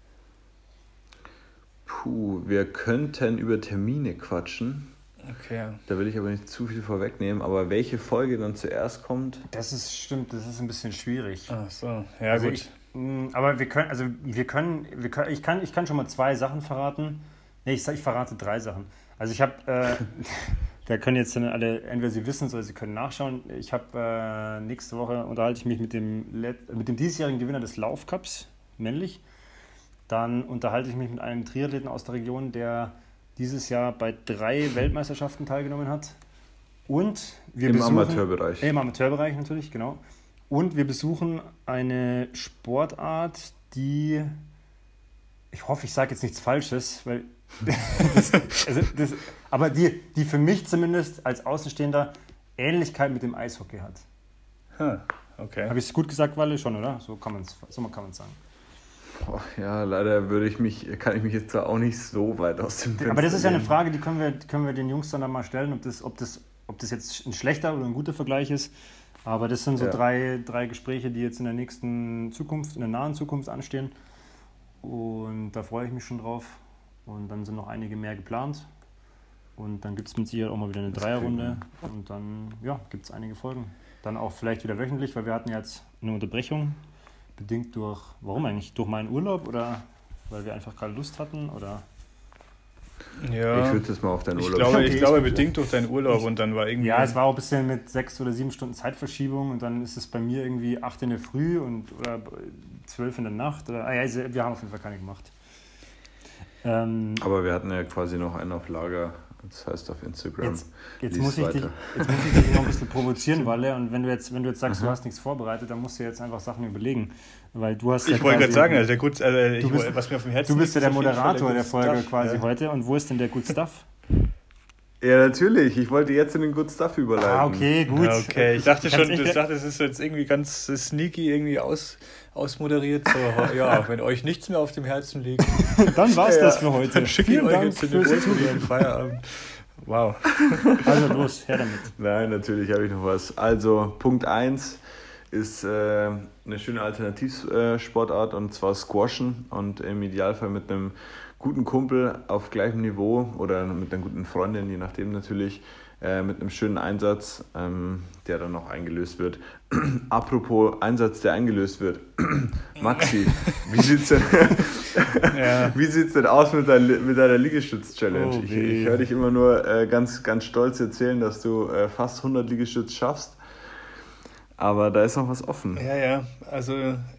Wir könnten über Termine quatschen. Okay. Da will ich aber nicht zu viel vorwegnehmen. Aber welche Folge dann zuerst kommt? Das ist ein bisschen schwierig. Ach so, ja Also gut. Aber ich kann schon mal 2 Sachen verraten. Nee, ich verrate 3 Sachen. Also ich habe, da können jetzt dann alle, entweder sie wissen es oder sie können nachschauen. Ich habe nächste Woche unterhalte ich mich mit dem diesjährigen Gewinner des Laufcups, männlich. Dann unterhalte ich mich mit einem Triathleten aus der Region, der dieses Jahr bei 3 Weltmeisterschaften teilgenommen hat. Und wir besuchen, Amateurbereich. Im Amateurbereich natürlich, genau. Und wir besuchen eine Sportart, die, ich hoffe, ich sage jetzt nichts Falsches, weil aber die für mich zumindest als Außenstehender Ähnlichkeit mit dem Eishockey hat. Okay. Habe ich es gut gesagt, Walle? Schon, oder? So kann man es sagen. Ja, leider kann ich mich jetzt da auch nicht so weit aus dem Fenster Aber das ist ja eine lehnen. Frage, die können wir den Jungs dann mal stellen, ob das jetzt ein schlechter oder ein guter Vergleich ist. Aber das sind so drei Gespräche, die jetzt in der nahen Zukunft anstehen. Und da freue ich mich schon drauf. Und dann sind noch einige mehr geplant. Und dann gibt es mit Sicherheit auch mal wieder eine Dreierrunde. Und dann gibt es einige Folgen. Dann auch vielleicht wieder wöchentlich, weil wir hatten jetzt eine Unterbrechung. Bedingt durch, warum eigentlich? Durch meinen Urlaub oder weil wir einfach gerade Lust hatten? Oder? Ja, ich würde das mal auf deinen Urlaub Ich glaube bedingt durch deinen Urlaub und dann war irgendwie... Ja, es war auch ein bisschen mit 6 oder 7 Stunden Zeitverschiebung und dann ist es bei mir irgendwie 8 in der Früh oder 12 in der Nacht. Wir haben auf jeden Fall keine gemacht. Aber wir hatten ja quasi noch einen auf Lager, das heißt auf Instagram. Jetzt muss ich dich noch ein bisschen provozieren, Walle. Und wenn du jetzt sagst, du hast nichts vorbereitet, dann musst du jetzt einfach Sachen überlegen. Weil du hast ich wollte gerade sagen, was mir auf dem Herzen du bist ja der liegt, Moderator der Folge Stuff, quasi heute. Und wo ist denn der Good Stuff? Ja, natürlich. Ich wollte jetzt in den Good Stuff überleiten. Ah, okay, gut. Ja, okay, ich dachte schon, es ist jetzt irgendwie ganz sneaky irgendwie ausmoderiert. So, ja, wenn euch nichts mehr auf dem Herzen liegt, dann war's das für heute. Dann schicke ich euch jetzt in den wohlverdienten Feierabend. Wow. Also los, her damit. Nein, natürlich habe ich noch was. Also, Punkt 1 ist eine schöne Alternativsportart und zwar Squashen und im Idealfall mit einem guten Kumpel auf gleichem Niveau oder mit einer guten Freundin, je nachdem natürlich, mit einem schönen Einsatz, der dann noch eingelöst wird. Apropos Einsatz, der eingelöst wird. Maxi, wie sieht's denn aus mit deiner Liegestütz-Challenge? Oh, ich höre dich immer nur ganz, ganz stolz erzählen, dass du fast 100 Liegestütz schaffst. Aber da ist noch was offen. Ja, also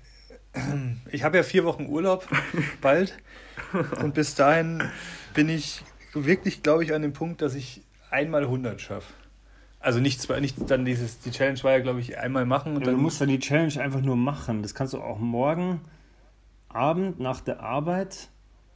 ich habe ja 4 Wochen Urlaub bald und bis dahin bin ich wirklich, glaube ich, an dem Punkt, dass ich einmal 100 schaffe. Also nicht dann die Challenge war ja, glaube ich, einmal machen. Und du musst ja die Challenge einfach nur machen. Das kannst du auch morgen Abend nach der Arbeit,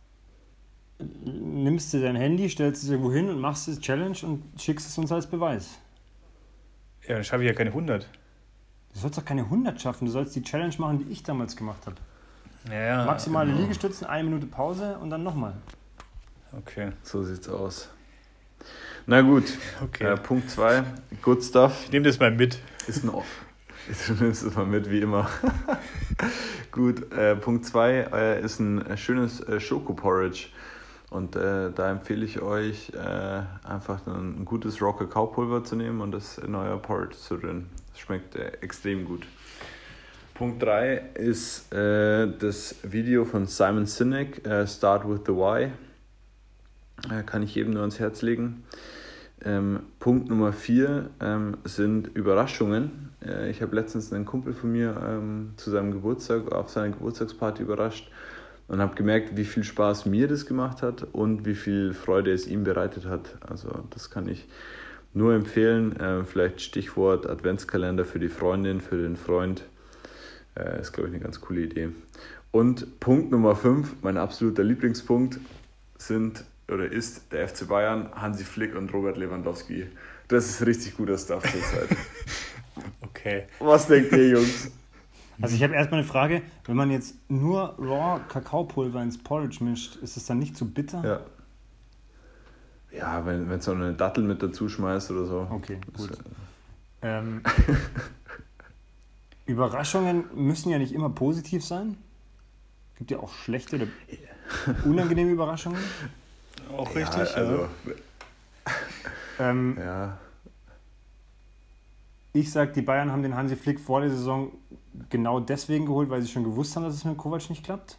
nimmst du dein Handy, stellst es irgendwo hin und machst die Challenge und schickst es uns als Beweis. Ja, dann schaffe ich ja keine 100. Du sollst doch keine 100 schaffen, du sollst die Challenge machen, die ich damals gemacht habe. Ja, maximale Liegestützen, 1 Minute Pause und dann nochmal. Okay. So sieht's aus. Na gut, okay. Punkt 2, Good Stuff. Ich nehme das mal mit. Du nimmst es mal mit, wie immer. Gut, Punkt 2 ist ein schönes Schokoporridge. Und da empfehle ich euch, einfach ein gutes Raw-Kakaopulver zu nehmen und das in euer Porridge zu rühren. Das schmeckt extrem gut. Punkt 3 ist das Video von Simon Sinek, Start with the Why. Kann ich jedem nur ans Herz legen. Punkt Nummer 4 sind Überraschungen. Ich habe letztens einen Kumpel von mir zu seinem Geburtstag, auf seiner Geburtstagsparty überrascht und habe gemerkt, wie viel Spaß mir das gemacht hat und wie viel Freude es ihm bereitet hat. Also das kann ich nur empfehlen. Vielleicht Stichwort Adventskalender für die Freundin, für den Freund. Ist, glaube ich, eine ganz coole Idee. Und Punkt Nummer 5, mein absoluter Lieblingspunkt, ist der FC Bayern, Hansi Flick und Robert Lewandowski. Das ist richtig guter Stuff zurzeit. Okay. Was denkt ihr, Jungs? Also ich habe erstmal eine Frage, wenn man jetzt nur Raw-Kakaopulver ins Porridge mischt, ist es dann nicht zu bitter? Ja, wenn so eine Dattel mit dazu schmeißt oder so. Okay, gut. Überraschungen müssen ja nicht immer positiv sein. Es gibt ja auch schlechte oder unangenehme Überraschungen. Auch richtig, ja. Also, ja. Ich sage, die Bayern haben den Hansi Flick vor der Saison genau deswegen geholt, weil sie schon gewusst haben, dass es mit Kovac nicht klappt.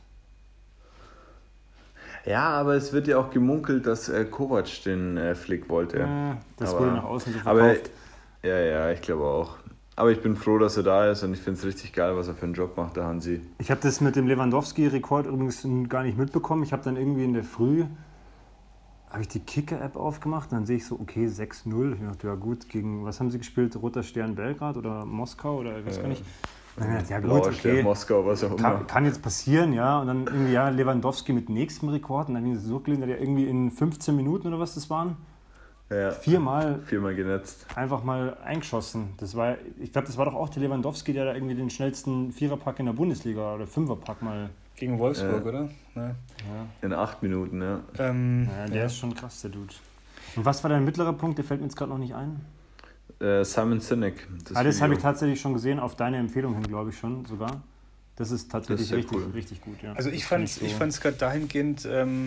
Ja, aber es wird ja auch gemunkelt, dass Kovac den Flick wollte. Ja, das aber, wurde nach außen so verkauft. Ja, ich glaube auch. Aber ich bin froh, dass er da ist und ich finde es richtig geil, was er für einen Job macht, der Hansi. Ich habe das mit dem Lewandowski-Rekord übrigens gar nicht mitbekommen. Ich habe dann irgendwie in der Früh die Kicker-App aufgemacht und dann sehe ich so, okay, 6-0. Ich dachte, ja gut, gegen, was haben sie gespielt? Roter Stern Belgrad oder Moskau oder ich weiß gar nicht. Und dann habe ich gedacht, ja gut, okay, Moskau, was auch immer. Kann jetzt passieren, ja. Und dann irgendwie, ja, Lewandowski mit nächstem Rekord. Und dann habe ich das so gelesen, der irgendwie in 15 Minuten oder was das waren, viermal genetzt. Einfach mal eingeschossen. Das war, ich glaube, das war doch auch der Lewandowski, der da irgendwie den schnellsten Viererpack in der Bundesliga oder Fünferpack mal... Gegen Wolfsburg, oder? Ja. In 8 Minuten, ja. Der ist schon krass, der Dude. Und was war dein mittlerer Punkt? Der fällt mir jetzt gerade noch nicht ein. Simon Sinek. Das habe ich tatsächlich schon gesehen, auf deine Empfehlung hin, glaube ich schon sogar. Das ist tatsächlich richtig gut. Ja. Also ich fand es gerade dahingehend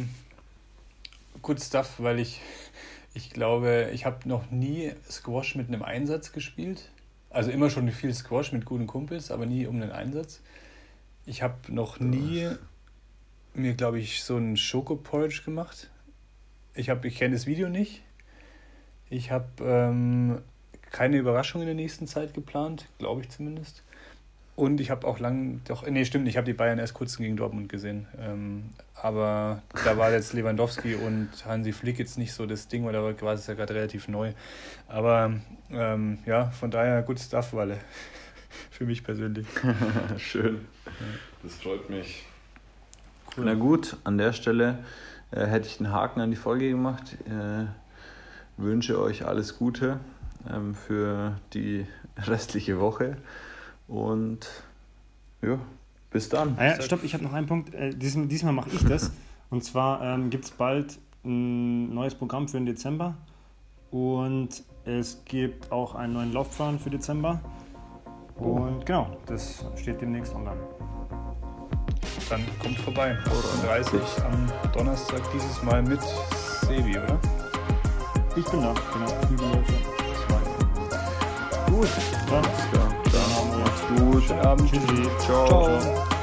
good stuff, weil ich glaube, ich habe noch nie Squash mit einem Einsatz gespielt. Also immer schon viel Squash mit guten Kumpels, aber nie um einen Einsatz. Ich habe noch nie mir, glaube ich, so einen Schokoporridge gemacht. Ich kenne das Video nicht. Ich habe keine Überraschung in der nächsten Zeit geplant, glaube ich zumindest. Und ich habe auch ich habe die Bayern erst kurz gegen Dortmund gesehen. Aber da war jetzt Lewandowski und Hansi Flick jetzt nicht so das Ding, weil da war es ja gerade relativ neu. Aber von daher good stuff, Walle. Für mich persönlich. Schön. Das freut mich. Cool. Na gut, an der Stelle hätte ich einen Haken an die Folge gemacht. Wünsche euch alles Gute für die restliche Woche. Und ja, bis dann. Stopp, ich habe noch einen Punkt. Diesmal mache ich das. Und zwar gibt es bald ein neues Programm für den Dezember. Und es gibt auch einen neuen Laufplan für Dezember. Und genau, das steht demnächst online. Dann kommt vorbei. 38 am Donnerstag dieses Mal mit Sebi, oder? Ich bin da, genau. Gut, dann. Macht's gut. Schönen Abend. Tschüssi. Ciao.